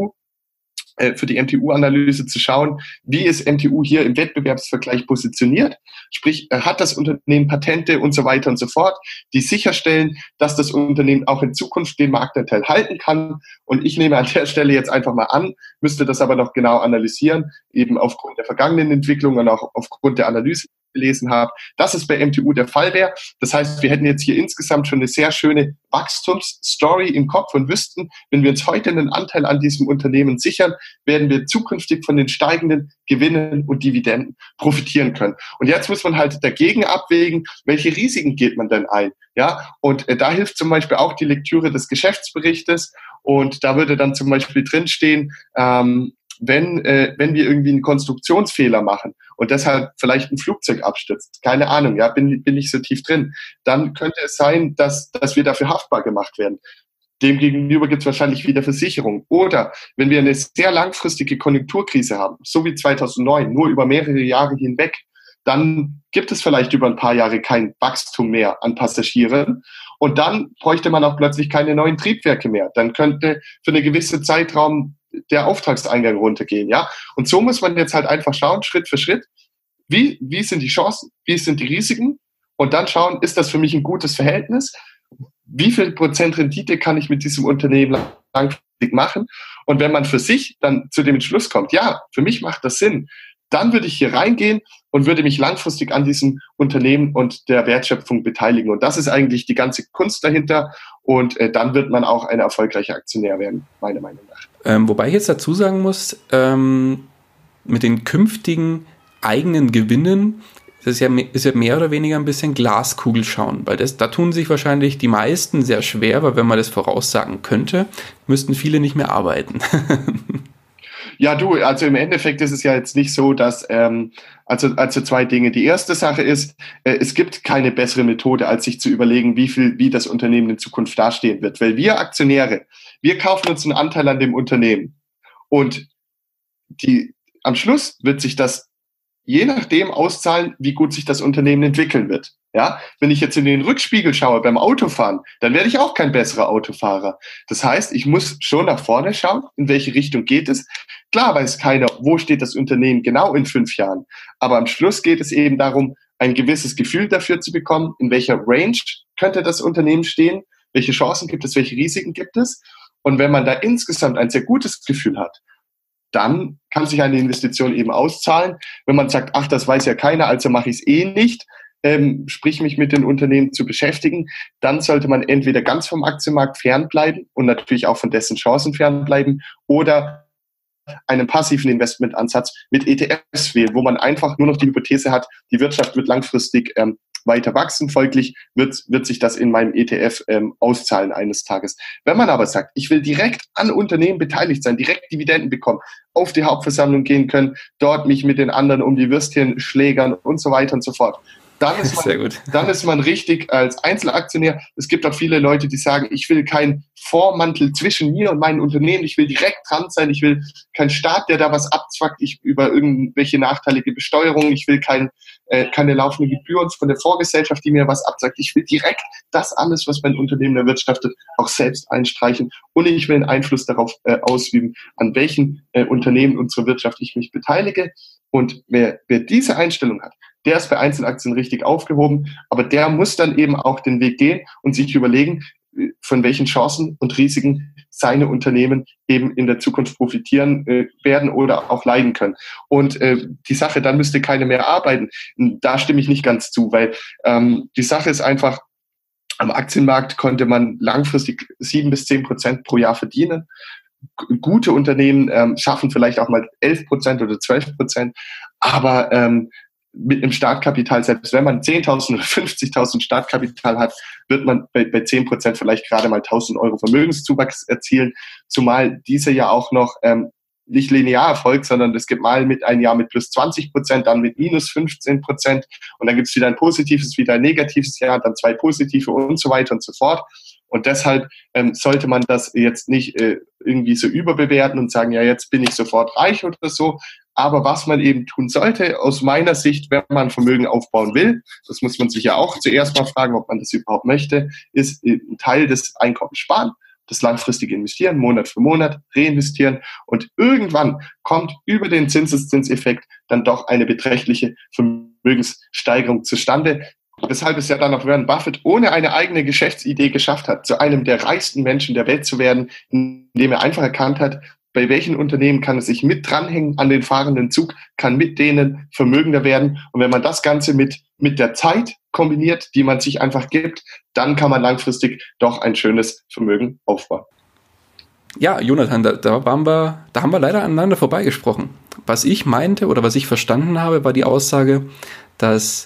die MTU-Analyse zu schauen, wie ist MTU hier im Wettbewerbsvergleich positioniert, sprich, hat das Unternehmen Patente und so weiter und so fort, die sicherstellen, dass das Unternehmen auch in Zukunft den Marktanteil halten kann. Und ich nehme an der Stelle jetzt einfach mal an, müsste das aber noch genau analysieren, eben aufgrund der vergangenen Entwicklung und auch aufgrund der Analyse gelesen habe, dass es bei MTU der Fall wäre. Das heißt, wir hätten jetzt hier insgesamt schon eine sehr schöne Wachstumsstory im Kopf und wüssten, wenn wir uns heute einen Anteil an diesem Unternehmen sichern, werden wir zukünftig von den steigenden Gewinnen und Dividenden profitieren können. Und jetzt muss man halt dagegen abwägen, welche Risiken geht man denn ein? Ja, und da hilft zum Beispiel auch die Lektüre des Geschäftsberichtes und da würde dann zum Beispiel drinstehen, wenn wir irgendwie einen Konstruktionsfehler machen und deshalb vielleicht ein Flugzeug abstürzt, keine Ahnung, ja, bin nicht so tief drin, dann könnte es sein, dass wir dafür haftbar gemacht werden. Demgegenüber gibt es wahrscheinlich wieder Versicherung. Oder wenn wir eine sehr langfristige Konjunkturkrise haben, so wie 2009, nur über mehrere Jahre hinweg, dann gibt es vielleicht über ein paar Jahre kein Wachstum mehr an Passagieren und dann bräuchte man auch plötzlich keine neuen Triebwerke mehr. Dann könnte für eine gewisse Zeitraum der Auftragseingang runtergehen, ja. Und so muss man jetzt halt einfach schauen, Schritt für Schritt, wie sind die Chancen, wie sind die Risiken und dann schauen, ist das für mich ein gutes Verhältnis? Wie viel Prozent Rendite kann ich mit diesem Unternehmen langfristig machen? Und wenn man für sich dann zu dem Entschluss kommt, ja, für mich macht das Sinn, dann würde ich hier reingehen und würde mich langfristig an diesem Unternehmen und der Wertschöpfung beteiligen. Und das ist eigentlich die ganze Kunst dahinter. Und dann wird man auch ein erfolgreicher Aktionär werden, meiner Meinung nach. Wobei ich jetzt dazu sagen muss, mit den künftigen eigenen Gewinnen, das ist ja mehr oder weniger ein bisschen Glaskugel schauen, weil da tun sich wahrscheinlich die meisten sehr schwer, weil wenn man das voraussagen könnte, müssten viele nicht mehr arbeiten. Ja, also im Endeffekt ist es ja jetzt nicht so, dass, also zwei Dinge. Die erste Sache ist, es gibt keine bessere Methode, als sich zu überlegen, wie das Unternehmen in Zukunft dastehen wird. Weil wir Aktionäre, wir kaufen uns einen Anteil an dem Unternehmen und am Schluss wird sich das je nachdem auszahlen, wie gut sich das Unternehmen entwickeln wird. Ja, wenn ich jetzt in den Rückspiegel schaue beim Autofahren, dann werde ich auch kein besserer Autofahrer. Das heißt, ich muss schon nach vorne schauen, in welche Richtung geht es. Klar weiß keiner, wo steht das Unternehmen genau in 5 Jahren. Aber am Schluss geht es eben darum, ein gewisses Gefühl dafür zu bekommen, in welcher Range könnte das Unternehmen stehen, welche Chancen gibt es, welche Risiken gibt es. Und wenn man da insgesamt ein sehr gutes Gefühl hat, dann kann sich eine Investition eben auszahlen. Wenn man sagt, ach, das weiß ja keiner, also mache ich es eh nicht, sprich mich mit den Unternehmen zu beschäftigen, dann sollte man entweder ganz vom Aktienmarkt fernbleiben und natürlich auch von dessen Chancen fernbleiben oder einen passiven Investmentansatz mit ETFs wählen, wo man einfach nur noch die Hypothese hat, die Wirtschaft wird langfristig weiter wachsen, folglich wird sich das in meinem ETF auszahlen eines Tages. Wenn man aber sagt, ich will direkt an Unternehmen beteiligt sein, direkt Dividenden bekommen, auf die Hauptversammlung gehen können, dort mich mit den anderen um die Würstchen schlägern und so weiter und so fort, dann ist man richtig als Einzelaktionär. Es gibt auch viele Leute, die sagen, ich will keinen Vormantel zwischen mir und meinem Unternehmen, ich will direkt dran sein, ich will keinen Staat, der da was abzwackt, über irgendwelche nachteilige Besteuerung, ich will keine laufenden Gebühren von der Vorgesellschaft, die mir was absagt. Ich will direkt das alles, was mein Unternehmen erwirtschaftet, auch selbst einstreichen und ich will einen Einfluss darauf ausüben, an welchen Unternehmen unserer Wirtschaft ich mich beteilige. Und wer diese Einstellung hat, der ist bei Einzelaktien richtig aufgehoben, aber der muss dann eben auch den Weg gehen und sich überlegen, von welchen Chancen und Risiken seine Unternehmen eben in der Zukunft profitieren werden oder auch leiden können. Und die Sache, dann müsste keiner mehr arbeiten. Da stimme ich nicht ganz zu, weil die Sache ist einfach, am Aktienmarkt konnte man langfristig 7-10% pro Jahr verdienen. Gute Unternehmen schaffen vielleicht auch mal 11% oder 12%, aber mit einem Startkapital, selbst wenn man 10.000 oder 50.000 Startkapital hat, wird man bei 10% vielleicht gerade mal 1.000 Euro Vermögenszuwachs erzielen, zumal diese ja auch noch nicht linear erfolgt, sondern es gibt mal ein Jahr mit plus 20%, dann mit minus 15% und dann gibt es wieder ein positives, wieder ein negatives Jahr, dann 2 positive und so weiter und so fort. Und deshalb sollte man das jetzt nicht irgendwie so überbewerten und sagen, ja, jetzt bin ich sofort reich oder so. Aber was man eben tun sollte, aus meiner Sicht, wenn man Vermögen aufbauen will, das muss man sich ja auch zuerst mal fragen, ob man das überhaupt möchte, ist einen Teil des Einkommens sparen, das langfristig investieren, Monat für Monat reinvestieren und irgendwann kommt über den Zinseszinseffekt dann doch eine beträchtliche Vermögenssteigerung zustande, weshalb es ja dann auch Warren Buffett ohne eine eigene Geschäftsidee geschafft hat, zu einem der reichsten Menschen der Welt zu werden, indem er einfach erkannt hat, bei welchen Unternehmen kann es sich mit dranhängen an den fahrenden Zug, kann mit denen vermögender werden. Und wenn man das Ganze mit der Zeit kombiniert, die man sich einfach gibt, dann kann man langfristig doch ein schönes Vermögen aufbauen. Ja, Jonathan, da haben wir leider aneinander vorbeigesprochen. Was ich meinte oder was ich verstanden habe, war die Aussage, dass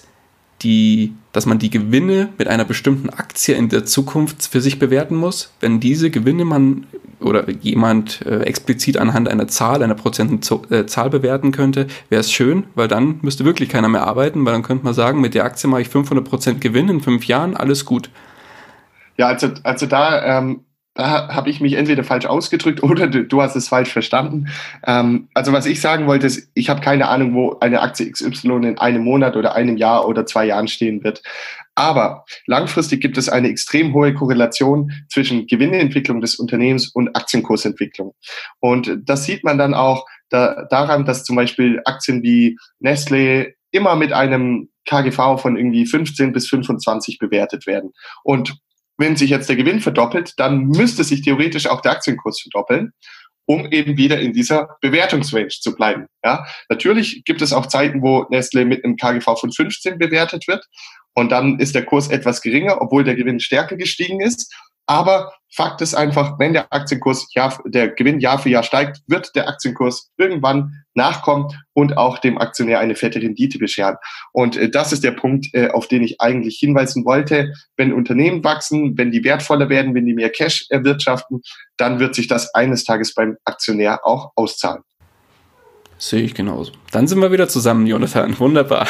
man die Gewinne mit einer bestimmten Aktie in der Zukunft für sich bewerten muss. Wenn diese Gewinne jemand explizit anhand einer Prozentzahl bewerten könnte, wäre es schön, weil dann müsste wirklich keiner mehr arbeiten, weil dann könnte man sagen, mit der Aktie mache ich 500% Gewinn in 5 Jahren, alles gut. Ja, also da da habe ich mich entweder falsch ausgedrückt oder du hast es falsch verstanden. Also was ich sagen wollte, ist, ich habe keine Ahnung, wo eine Aktie XY in einem Monat oder einem Jahr oder 2 Jahren stehen wird. Aber langfristig gibt es eine extrem hohe Korrelation zwischen Gewinnentwicklung des Unternehmens und Aktienkursentwicklung. Und das sieht man dann auch daran, dass zum Beispiel Aktien wie Nestlé immer mit einem KGV von irgendwie 15 bis 25 bewertet werden. Und wenn sich jetzt der Gewinn verdoppelt, dann müsste sich theoretisch auch der Aktienkurs verdoppeln, um eben wieder in dieser Bewertungsrange zu bleiben. Ja, natürlich gibt es auch Zeiten, wo Nestlé mit einem KGV von 15 bewertet wird und dann ist der Kurs etwas geringer, obwohl der Gewinn stärker gestiegen ist. Aber Fakt ist einfach, wenn der Aktienkurs, der Gewinn Jahr für Jahr steigt, wird der Aktienkurs irgendwann nachkommen und auch dem Aktionär eine fette Rendite bescheren. Und das ist der Punkt, auf den ich eigentlich hinweisen wollte. Wenn Unternehmen wachsen, wenn die wertvoller werden, wenn die mehr Cash erwirtschaften, dann wird sich das eines Tages beim Aktionär auch auszahlen. Sehe ich genauso. Dann sind wir wieder zusammen, Jonathan. Wunderbar.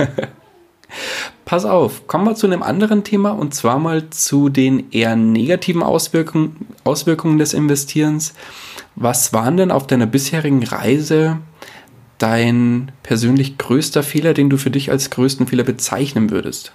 Pass auf, kommen wir zu einem anderen Thema und zwar mal zu den eher negativen Auswirkungen des Investierens. Was waren denn auf deiner bisherigen Reise dein persönlich größter Fehler, den du für dich als größten Fehler bezeichnen würdest?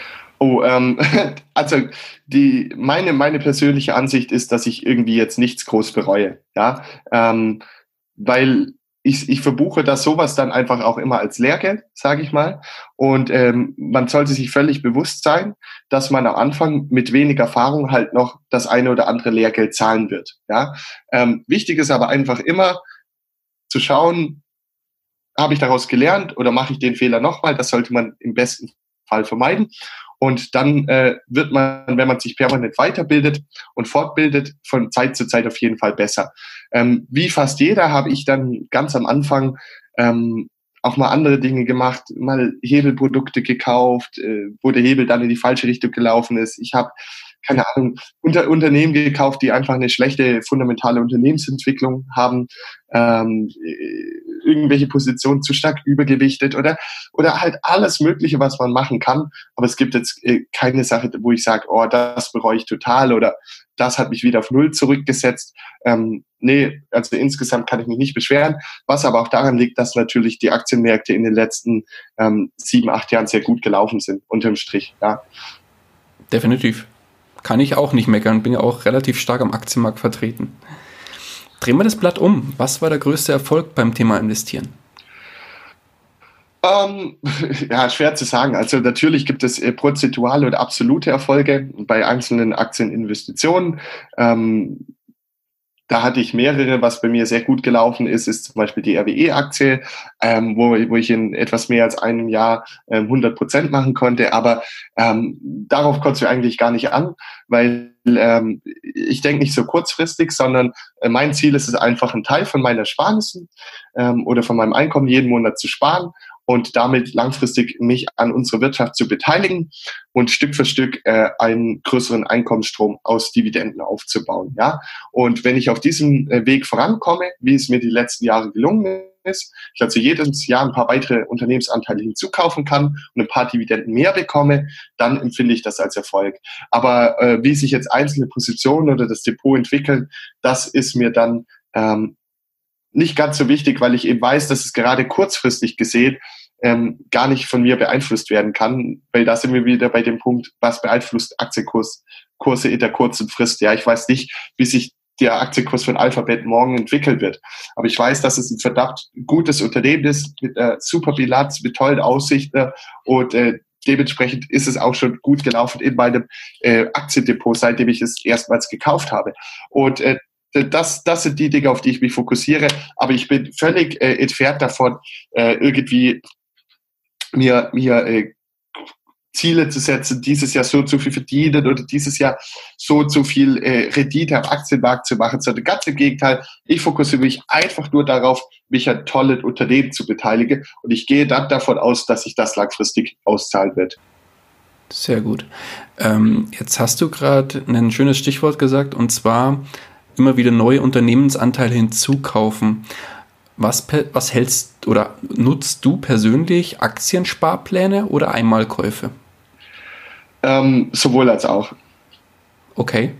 Also meine persönliche Ansicht ist, dass ich irgendwie jetzt nichts groß bereue, ja, weil ich verbuche das sowas dann einfach auch immer als Lehrgeld, sage ich mal. Und man sollte sich völlig bewusst sein, dass man am Anfang mit wenig Erfahrung halt noch das eine oder andere Lehrgeld zahlen wird. Ja? Wichtig ist aber einfach immer zu schauen, habe ich daraus gelernt oder mache ich den Fehler nochmal? Das sollte man im besten Fall vermeiden. Und dann wird man, wenn man sich permanent weiterbildet und fortbildet, von Zeit zu Zeit auf jeden Fall besser. Wie fast jeder habe ich dann ganz am Anfang auch mal andere Dinge gemacht, mal Hebelprodukte gekauft, wo der Hebel dann in die falsche Richtung gelaufen ist. Ich habe, keine Ahnung, Unternehmen gekauft, die einfach eine schlechte fundamentale Unternehmensentwicklung haben, irgendwelche Positionen zu stark übergewichtet oder halt alles Mögliche, was man machen kann. Aber es gibt jetzt keine Sache, wo ich sage, oh, das bereue ich total oder das hat mich wieder auf Null zurückgesetzt. Nee, also insgesamt kann ich mich nicht beschweren. Was aber auch daran liegt, dass natürlich die Aktienmärkte in den letzten 7, 8 Jahren sehr gut gelaufen sind, unterm Strich. Ja. Definitiv. Kann ich auch nicht meckern, bin ja auch relativ stark am Aktienmarkt vertreten. Drehen wir das Blatt um. Was war der größte Erfolg beim Thema Investieren? Ja, schwer zu sagen. Also natürlich gibt es prozentuale oder absolute Erfolge bei einzelnen Aktieninvestitionen. Da hatte ich mehrere. Was bei mir sehr gut gelaufen ist, ist zum Beispiel die RWE-Aktie, wo ich in etwas mehr als einem Jahr 100% machen konnte. Aber darauf kommt es mir eigentlich gar nicht an, weil ich denke nicht so kurzfristig, sondern mein Ziel ist es einfach, einen Teil von meinen Ersparnissen oder von meinem Einkommen jeden Monat zu sparen und damit langfristig mich an unserer Wirtschaft zu beteiligen und Stück für Stück einen größeren Einkommensstrom aus Dividenden aufzubauen. Ja? Und wenn ich auf diesem Weg vorankomme, wie es mir die letzten Jahre gelungen ist, ich also jedes Jahr ein paar weitere Unternehmensanteile hinzukaufen kann und ein paar Dividenden mehr bekomme, dann empfinde ich das als Erfolg. Aber wie sich jetzt einzelne Positionen oder das Depot entwickeln, das ist mir dann nicht ganz so wichtig, weil ich eben weiß, dass es gerade kurzfristig gesehen gar nicht von mir beeinflusst werden kann, weil da sind wir wieder bei dem Punkt, was beeinflusst Aktienkurse in der kurzen Frist. Ja, ich weiß nicht, wie sich der Aktienkurs von Alphabet morgen entwickeln wird. Aber ich weiß, dass es ein verdammt gutes Unternehmen ist, mit super Bilanz, mit tollen Aussichten und dementsprechend ist es auch schon gut gelaufen in meinem Aktiendepot, seitdem ich es erstmals gekauft habe. Und das sind die Dinge, auf die ich mich fokussiere. Aber ich bin völlig entfernt davon, irgendwie mir Ziele zu setzen, dieses Jahr so und so viel verdienen oder dieses Jahr so und so viel Rendite am Aktienmarkt zu machen, sondern ganz im Gegenteil, ich fokussiere mich einfach nur darauf, mich an tollen Unternehmen zu beteiligen und ich gehe dann davon aus, dass sich das langfristig auszahlen wird. Sehr gut. Jetzt hast du gerade ein schönes Stichwort gesagt und zwar immer wieder neue Unternehmensanteile hinzukaufen. Was hältst oder nutzt du persönlich Aktiensparpläne oder Einmalkäufe? Sowohl als auch. Okay.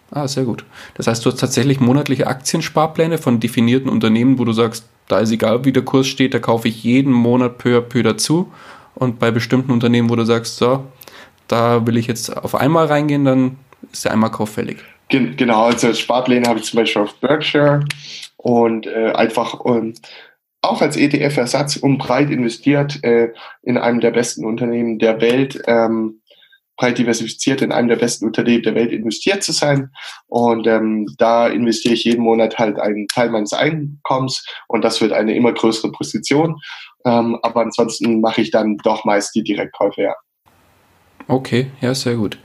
Ah, sehr gut. Das heißt, du hast tatsächlich monatliche Aktiensparpläne von definierten Unternehmen, wo du sagst, da ist egal, wie der Kurs steht, da kaufe ich jeden Monat peu à peu dazu. Und bei bestimmten Unternehmen, wo du sagst, so, da will ich jetzt auf einmal reingehen, dann ist der Einmalkauf fällig. Genau, also Sparpläne habe ich zum Beispiel auf Berkshire und einfach auch als ETF-Ersatz und breit investiert in einem der besten Unternehmen der Welt, breit diversifiziert in einem der besten Unternehmen der Welt investiert zu sein. Und da investiere ich jeden Monat halt einen Teil meines Einkommens und das wird eine immer größere Position. Aber ansonsten mache ich dann doch meist die Direktkäufe, ja. Okay, ja, sehr gut.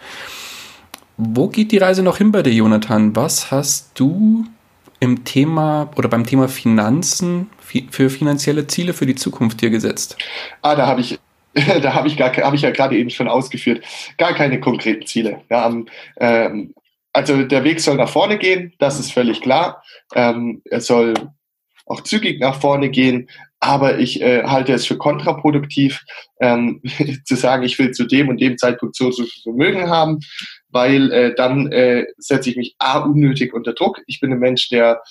Wo geht die Reise noch hin bei dir, Jonathan? Was hast du im Thema oder beim Thema Finanzen für finanzielle Ziele für die Zukunft dir gesetzt? Da habe ich habe ich ja gerade eben schon ausgeführt, gar keine konkreten Ziele. Ja, also der Weg soll nach vorne gehen, das ist völlig klar. Er soll auch zügig nach vorne gehen, aber ich halte es für kontraproduktiv, zu sagen, ich will zu dem und dem Zeitpunkt so viel Vermögen haben, weil dann setze ich mich unnötig unter Druck. Ich bin ein Mensch, der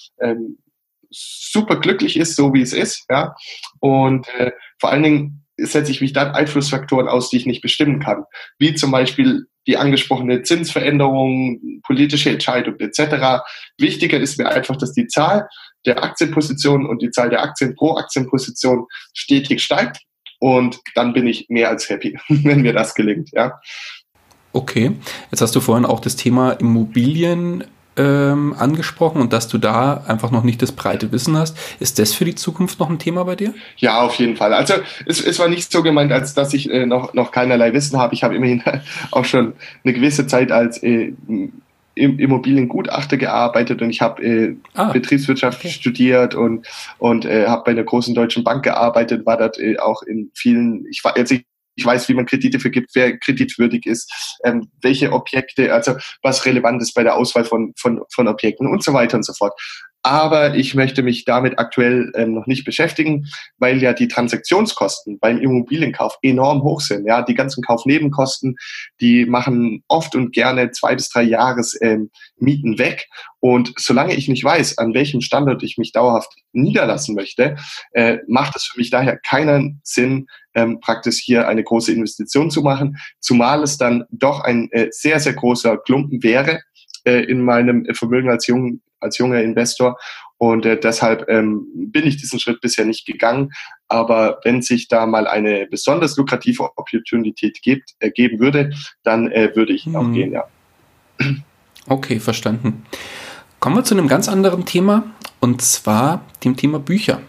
super glücklich ist, so wie es ist, ja, und vor allen Dingen setze ich mich dann Einflussfaktoren aus, die ich nicht bestimmen kann, wie zum Beispiel die angesprochene Zinsveränderung, politische Entscheidungen etc. Wichtiger ist mir einfach, dass die Zahl der Aktienpositionen und die Zahl der Aktien pro Aktienposition stetig steigt und dann bin ich mehr als happy, wenn mir das gelingt, ja. Okay, jetzt hast du vorhin auch das Thema Immobilien angesprochen und dass du da einfach noch nicht das breite Wissen hast. Ist das für die Zukunft noch ein Thema bei dir? Ja, auf jeden Fall. Also es war nicht so gemeint, als dass ich noch keinerlei Wissen habe. Ich habe immerhin auch schon eine gewisse Zeit als Immobiliengutachter gearbeitet und ich habe Betriebswirtschaft studiert und habe bei einer großen deutschen Bank gearbeitet, war dort auch in vielen, ich weiß, wie man Kredite vergibt, wer kreditwürdig ist, welche Objekte, also was relevant ist bei der Auswahl von Objekten und so weiter und so fort. Aber ich möchte mich damit aktuell noch nicht beschäftigen, weil ja die Transaktionskosten beim Immobilienkauf enorm hoch sind. Ja, die ganzen Kaufnebenkosten, die machen oft und gerne 2 bis 3 Jahres Mieten weg. Und solange ich nicht weiß, an welchem Standort ich mich dauerhaft niederlassen möchte, macht es für mich daher keinen Sinn, praktisch hier eine große Investition zu machen, zumal es dann doch ein sehr, sehr großer Klumpen wäre in meinem Vermögen als junger Investor. Und deshalb bin ich diesen Schritt bisher nicht gegangen. Aber wenn sich da mal eine besonders lukrative Opportunität geben würde, dann würde ich auch gehen, ja. Okay, verstanden. Kommen wir zu einem ganz anderen Thema, und zwar dem Thema Bücher.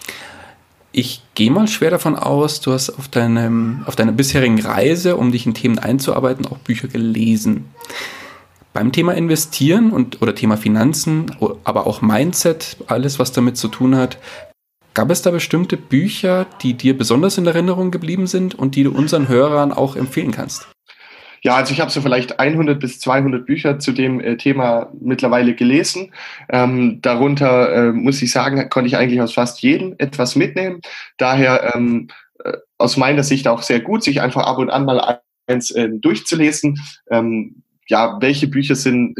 Ich gehe mal schwer davon aus, du hast auf deiner bisherigen Reise, um dich in Themen einzuarbeiten, auch Bücher gelesen. Beim Thema Investieren oder Thema Finanzen, aber auch Mindset, alles, was damit zu tun hat, gab es da bestimmte Bücher, die dir besonders in Erinnerung geblieben sind und die du unseren Hörern auch empfehlen kannst? Ja, also ich habe so vielleicht 100 bis 200 Bücher zu dem Thema mittlerweile gelesen. Darunter, muss ich sagen, konnte ich eigentlich aus fast jedem etwas mitnehmen. Daher aus meiner Sicht auch sehr gut, sich einfach ab und an mal eins durchzulesen. Ja, welche Bücher sind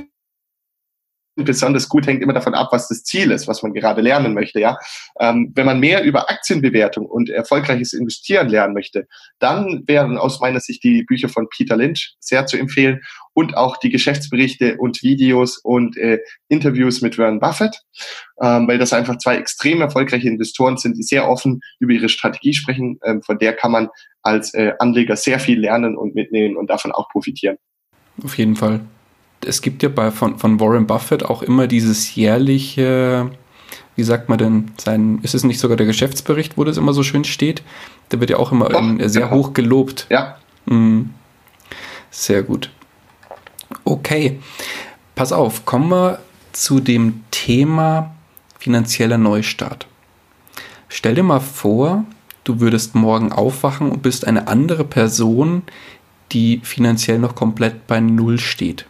besonders gut, hängt immer davon ab, was das Ziel ist, was man gerade lernen möchte. Ja, wenn man mehr über Aktienbewertung und erfolgreiches Investieren lernen möchte, dann wären aus meiner Sicht die Bücher von Peter Lynch sehr zu empfehlen und auch die Geschäftsberichte und Videos und Interviews mit Warren Buffett, weil das einfach 2 extrem erfolgreiche Investoren sind, die sehr offen über ihre Strategie sprechen. Von der kann man als Anleger sehr viel lernen und mitnehmen und davon auch profitieren. Auf jeden Fall. Es gibt ja von Warren Buffett auch immer dieses jährliche, wie sagt man denn, ist es nicht sogar der Geschäftsbericht, wo das immer so schön steht? Der wird ja auch immer sehr hoch gelobt. Ja. Sehr gut. Okay, pass auf, kommen wir zu dem Thema finanzieller Neustart. Stell dir mal vor, du würdest morgen aufwachen und bist eine andere Person, die finanziell noch komplett bei Null steht.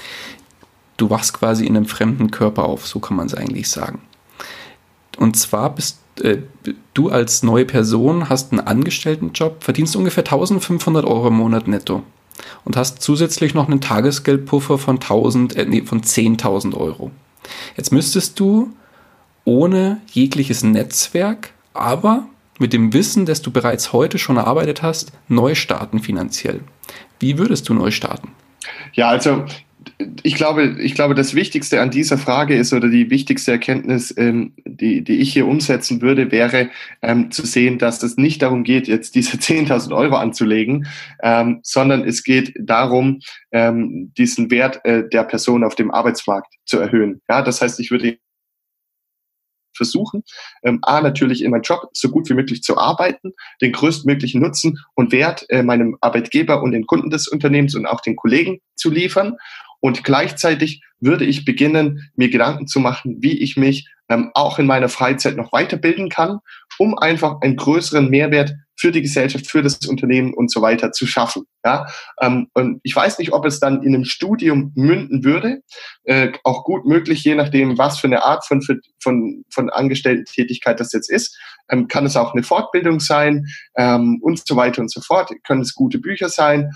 Du wachst quasi in einem fremden Körper auf, so kann man es eigentlich sagen. Und zwar bist du als neue Person, hast einen Angestelltenjob, verdienst ungefähr 1.500 € im Monat netto. und hast zusätzlich noch einen Tagesgeldpuffer von 10.000 Euro. Jetzt müsstest du ohne jegliches Netzwerk, aber mit dem Wissen, das du bereits heute schon erarbeitet hast, neu starten finanziell. Wie würdest du neu starten? Ja, also ich glaube, das Wichtigste an dieser Frage ist, oder die wichtigste Erkenntnis, die ich hier umsetzen würde, wäre zu sehen, dass es nicht darum geht, jetzt diese 10.000 Euro anzulegen, sondern es geht darum, diesen Wert der Person auf dem Arbeitsmarkt zu erhöhen. Ja, das heißt, ich würde versuchen, natürlich in meinem Job so gut wie möglich zu arbeiten, den größtmöglichen Nutzen und Wert meinem Arbeitgeber und den Kunden des Unternehmens und auch den Kollegen zu liefern. Und gleichzeitig würde ich beginnen, mir Gedanken zu machen, wie ich mich auch in meiner Freizeit noch weiterbilden kann, um einfach einen größeren Mehrwert für die Gesellschaft, für das Unternehmen und so weiter zu schaffen. Ja? Und ich weiß nicht, ob es dann in einem Studium münden würde, auch gut möglich, je nachdem, was für eine Art von Angestellten-Tätigkeit das jetzt ist. Kann es auch eine Fortbildung sein und so weiter und so fort. Können es gute Bücher sein.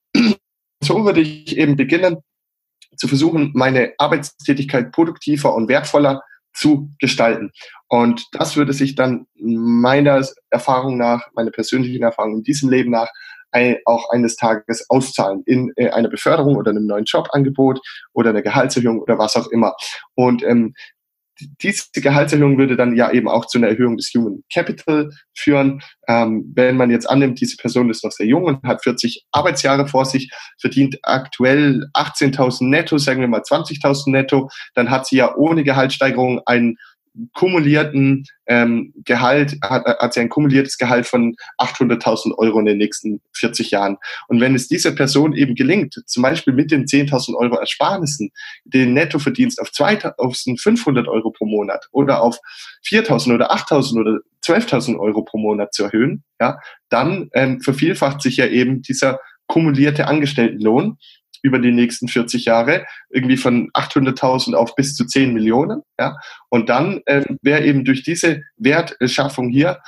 So würde ich eben beginnen, zu versuchen, meine Arbeitstätigkeit produktiver und wertvoller zu gestalten. Und das würde sich dann meiner Erfahrung nach, meiner persönlichen Erfahrung in diesem Leben nach, auch eines Tages auszahlen in einer Beförderung oder einem neuen Jobangebot oder einer Gehaltserhöhung oder was auch immer. Und diese Gehaltserhöhung würde dann ja eben auch zu einer Erhöhung des Human Capital führen. Wenn man jetzt annimmt, diese Person ist noch sehr jung und hat 40 Arbeitsjahre vor sich, verdient aktuell 18.000 netto, sagen wir mal 20.000 netto, dann hat sie ja ohne Gehaltssteigerung einen kumulierten hat sie ein kumuliertes Gehalt von 800.000 Euro in den nächsten 40 Jahren. Und wenn es dieser Person eben gelingt, zum Beispiel mit den 10.000 Euro Ersparnissen, den Nettoverdienst auf 2.500 Euro pro Monat oder auf 4.000 oder 8.000 oder 12.000 Euro pro Monat zu erhöhen, ja, dann vervielfacht sich ja eben dieser kumulierte Angestelltenlohn über die nächsten 40 Jahre, irgendwie von 800.000 auf bis zu 10 Millionen. Ja? Und dann wäre eben durch diese Wertschaffung hier,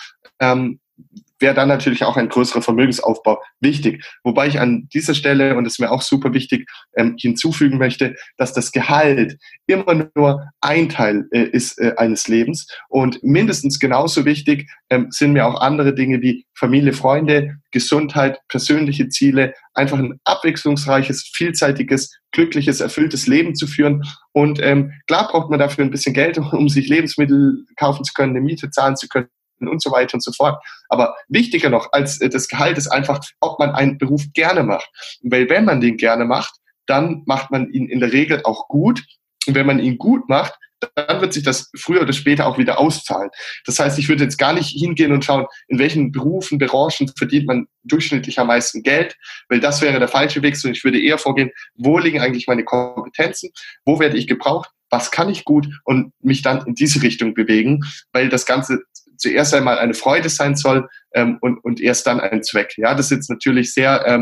wäre dann natürlich auch ein größerer Vermögensaufbau wichtig. Wobei ich an dieser Stelle, und das ist mir auch super wichtig, hinzufügen möchte, dass das Gehalt immer nur ein Teil ist eines Lebens. Und mindestens genauso wichtig sind mir auch andere Dinge wie Familie, Freunde, Gesundheit, persönliche Ziele, einfach ein abwechslungsreiches, vielseitiges, glückliches, erfülltes Leben zu führen. Und klar braucht man dafür ein bisschen Geld, um sich Lebensmittel kaufen zu können, eine Miete zahlen zu können und so weiter und so fort. Aber wichtiger noch als das Gehalt ist einfach, ob man einen Beruf gerne macht. Weil wenn man den gerne macht, dann macht man ihn in der Regel auch gut. Und wenn man ihn gut macht, dann wird sich das früher oder später auch wieder auszahlen. Das heißt, ich würde jetzt gar nicht hingehen und schauen, in welchen Berufen, Branchen verdient man durchschnittlich am meisten Geld, weil das wäre der falsche Weg. Und ich würde eher vorgehen, wo liegen eigentlich meine Kompetenzen, wo werde ich gebraucht, was kann ich gut und mich dann in diese Richtung bewegen, weil das Ganze zuerst einmal eine Freude sein soll und erst dann ein Zweck. Ja, das ist jetzt natürlich sehr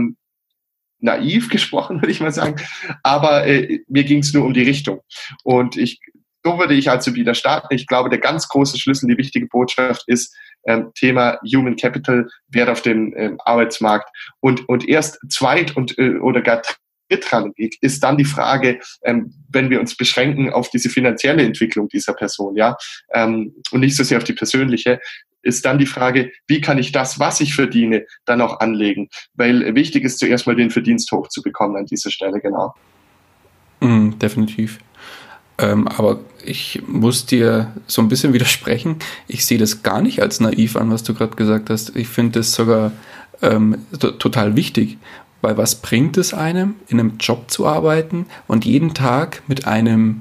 naiv gesprochen, würde ich mal sagen, aber mir ging es nur um die Richtung. Und so würde ich also wieder starten. Ich glaube, der ganz große Schlüssel, die wichtige Botschaft ist Thema Human Capital, Wert auf dem Arbeitsmarkt. Und erst zweit oder gar drittrangig ist dann die Frage, wenn wir uns beschränken auf diese finanzielle Entwicklung dieser Person, ja, und nicht so sehr auf die persönliche, ist dann die Frage, wie kann ich das, was ich verdiene, dann auch anlegen? Weil wichtig ist zuerst mal den Verdienst hochzubekommen an dieser Stelle, genau. Definitiv. Aber ich muss dir so ein bisschen widersprechen. Ich sehe das gar nicht als naiv an, was du gerade gesagt hast. Ich finde das sogar total wichtig. Weil was bringt es einem, in einem Job zu arbeiten und jeden Tag mit einer,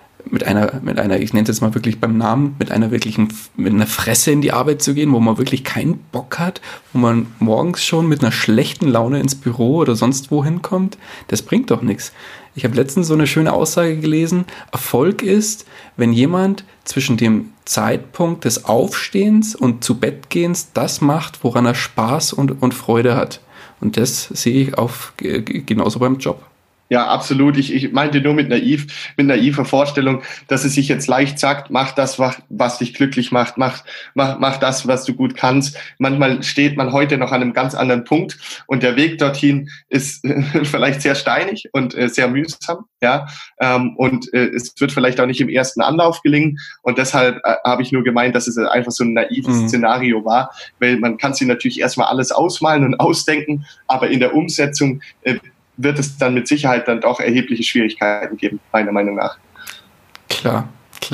ich nenne es jetzt mal wirklich beim Namen, mit einer Fresse in die Arbeit zu gehen, wo man wirklich keinen Bock hat, wo man morgens schon mit einer schlechten Laune ins Büro oder sonst wo hinkommt? Das bringt doch nichts. Ich habe letztens so eine schöne Aussage gelesen, Erfolg ist, wenn jemand zwischen dem Zeitpunkt des Aufstehens und zu Bettgehens das macht, woran er Spaß und Freude hat. Und das sehe ich genauso beim Job. Ja, absolut. Ich meinte nur mit naiver Vorstellung, dass es sich jetzt leicht sagt, mach das, was dich glücklich macht, mach das, was du gut kannst. Manchmal steht man heute noch an einem ganz anderen Punkt und der Weg dorthin ist vielleicht sehr steinig und sehr mühsam, ja. Es wird vielleicht auch nicht im ersten Anlauf gelingen und deshalb habe ich nur gemeint, dass es einfach so ein naives Szenario war, weil man kann sich natürlich erstmal alles ausmalen und ausdenken, aber in der Umsetzung wird es dann mit Sicherheit dann doch erhebliche Schwierigkeiten geben, meiner Meinung nach. Klar.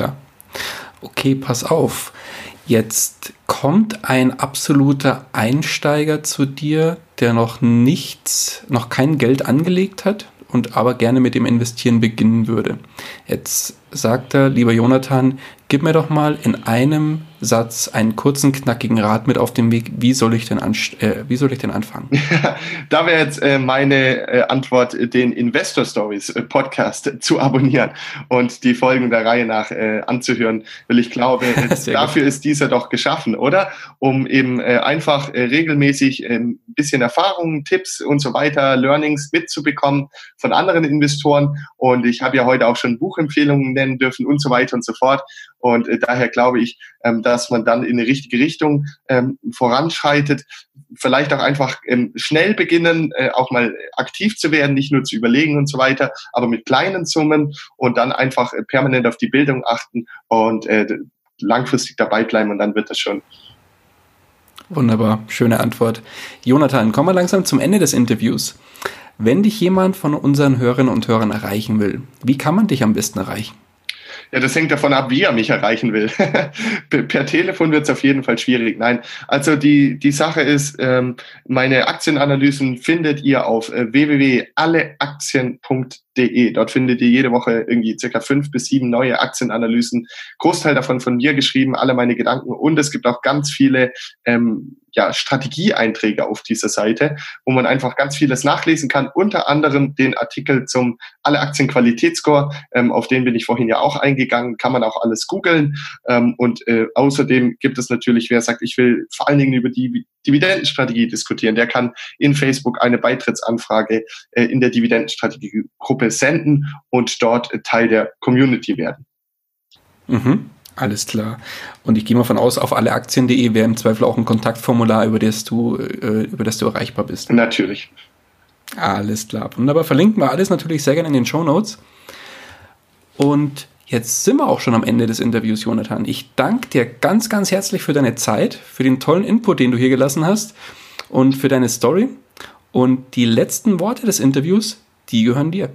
Okay, pass auf. Jetzt kommt ein absoluter Einsteiger zu dir, der noch kein Geld angelegt hat und aber gerne mit dem Investieren beginnen würde. Jetzt sagt er, lieber Jonathan, gib mir doch mal in einem Satz einen kurzen, knackigen Rat mit auf den Weg. Wie soll ich denn anfangen? Da wäre jetzt meine Antwort, den Investor Stories Podcast zu abonnieren und die Folgen der Reihe nach anzuhören, weil ich glaube, dafür ist dieser doch geschaffen, oder? Um eben einfach regelmäßig ein bisschen Erfahrungen, Tipps und so weiter, Learnings mitzubekommen von anderen Investoren. Und ich habe ja heute auch schon Buchempfehlungen nennen dürfen und so weiter und so fort. Und daher glaube ich, dass man dann in eine richtige Richtung voranschreitet. Vielleicht auch einfach schnell beginnen, auch mal aktiv zu werden, nicht nur zu überlegen und so weiter, aber mit kleinen Summen und dann einfach permanent auf die Bildung achten und langfristig dabei bleiben und dann wird das schon. Wunderbar, schöne Antwort. Jonathan, kommen wir langsam zum Ende des Interviews. Wenn dich jemand von unseren Hörerinnen und Hörern erreichen will, wie kann man dich am besten erreichen? Ja, das hängt davon ab, wie er mich erreichen will. Per Telefon wird es auf jeden Fall schwierig. Nein, also die Sache ist, meine Aktienanalysen findet ihr auf www.alleaktien.de. Dort findet ihr jede Woche irgendwie circa 5 bis 7 neue Aktienanalysen. Großteil davon von mir geschrieben, alle meine Gedanken. Und es gibt auch ganz viele Strategieeinträge auf dieser Seite, wo man einfach ganz vieles nachlesen kann. Unter anderem den Artikel zum Alle Aktien Qualitätsscore. Auf den bin ich vorhin ja auch eingegangen. Kann man auch alles googeln. Außerdem gibt es natürlich, wer sagt, ich will vor allen Dingen über die Dividendenstrategie diskutieren, der kann in Facebook eine Beitrittsanfrage in der Dividendenstrategiegruppe senden und dort Teil der Community werden. Alles klar. Und ich gehe mal von aus, auf alleaktien.de wäre im Zweifel auch ein Kontaktformular, über das du erreichbar bist. Natürlich. Alles klar. Wunderbar. Verlinken wir alles natürlich sehr gerne in den Shownotes. Und jetzt sind wir auch schon am Ende des Interviews, Jonathan. Ich danke dir ganz, ganz herzlich für deine Zeit, für den tollen Input, den du hier gelassen hast und für deine Story. Und die letzten Worte des Interviews, die gehören dir.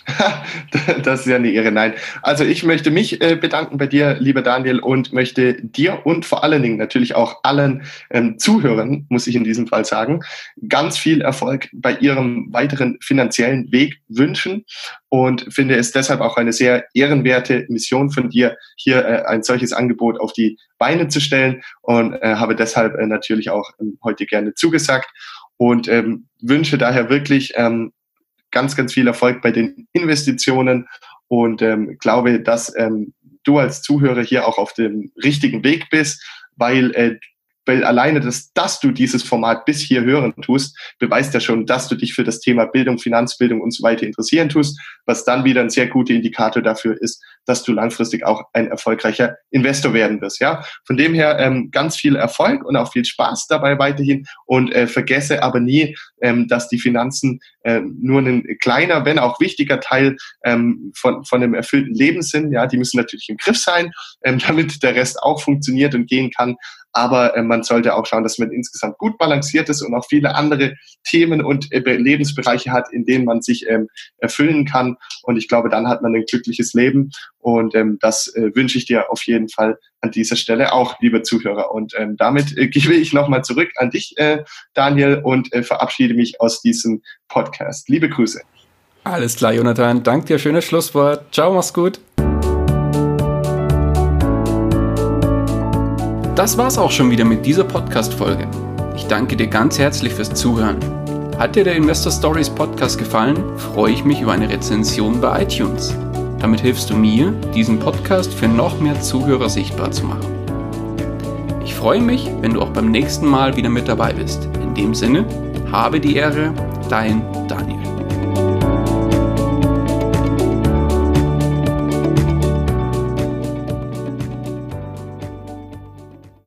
Das ist ja eine Ehre. Nein. Also ich möchte mich bedanken bei dir, lieber Daniel, und möchte dir und vor allen Dingen natürlich auch allen Zuhörern, muss ich in diesem Fall sagen, ganz viel Erfolg bei ihrem weiteren finanziellen Weg wünschen und finde es deshalb auch eine sehr ehrenwerte Mission von dir, hier ein solches Angebot auf die Beine zu stellen und habe deshalb natürlich auch heute gerne zugesagt und wünsche daher wirklich ganz, ganz viel Erfolg bei den Investitionen und glaube, dass du als Zuhörer hier auch auf dem richtigen Weg bist, weil alleine, dass du dieses Format bis hier hören tust, beweist ja schon, dass du dich für das Thema Bildung, Finanzbildung und so weiter interessieren tust, was dann wieder ein sehr guter Indikator dafür ist, dass du langfristig auch ein erfolgreicher Investor werden wirst. Ja, von dem her ganz viel Erfolg und auch viel Spaß dabei weiterhin und vergesse aber nie, dass die Finanzen nur ein kleiner, wenn auch wichtiger Teil von einem erfüllten Leben sind. Ja, die müssen natürlich im Griff sein, damit der Rest auch funktioniert und gehen kann. Aber man sollte auch schauen, dass man insgesamt gut balanciert ist und auch viele andere Themen und Lebensbereiche hat, in denen man sich erfüllen kann. Und ich glaube, dann hat man ein glückliches Leben. Und das wünsche ich dir auf jeden Fall an dieser Stelle auch, liebe Zuhörer. Und damit gebe ich nochmal zurück an dich, Daniel, und verabschiede mich aus diesem Podcast. Liebe Grüße. Alles klar, Jonathan. Danke dir. Schönes Schlusswort. Ciao, mach's gut. Das war's auch schon wieder mit dieser Podcast-Folge. Ich danke dir ganz herzlich fürs Zuhören. Hat dir der Investor Stories Podcast gefallen, freue ich mich über eine Rezension bei iTunes. Damit hilfst du mir, diesen Podcast für noch mehr Zuhörer sichtbar zu machen. Ich freue mich, wenn du auch beim nächsten Mal wieder mit dabei bist. In dem Sinne, habe die Ehre, dein Daniel.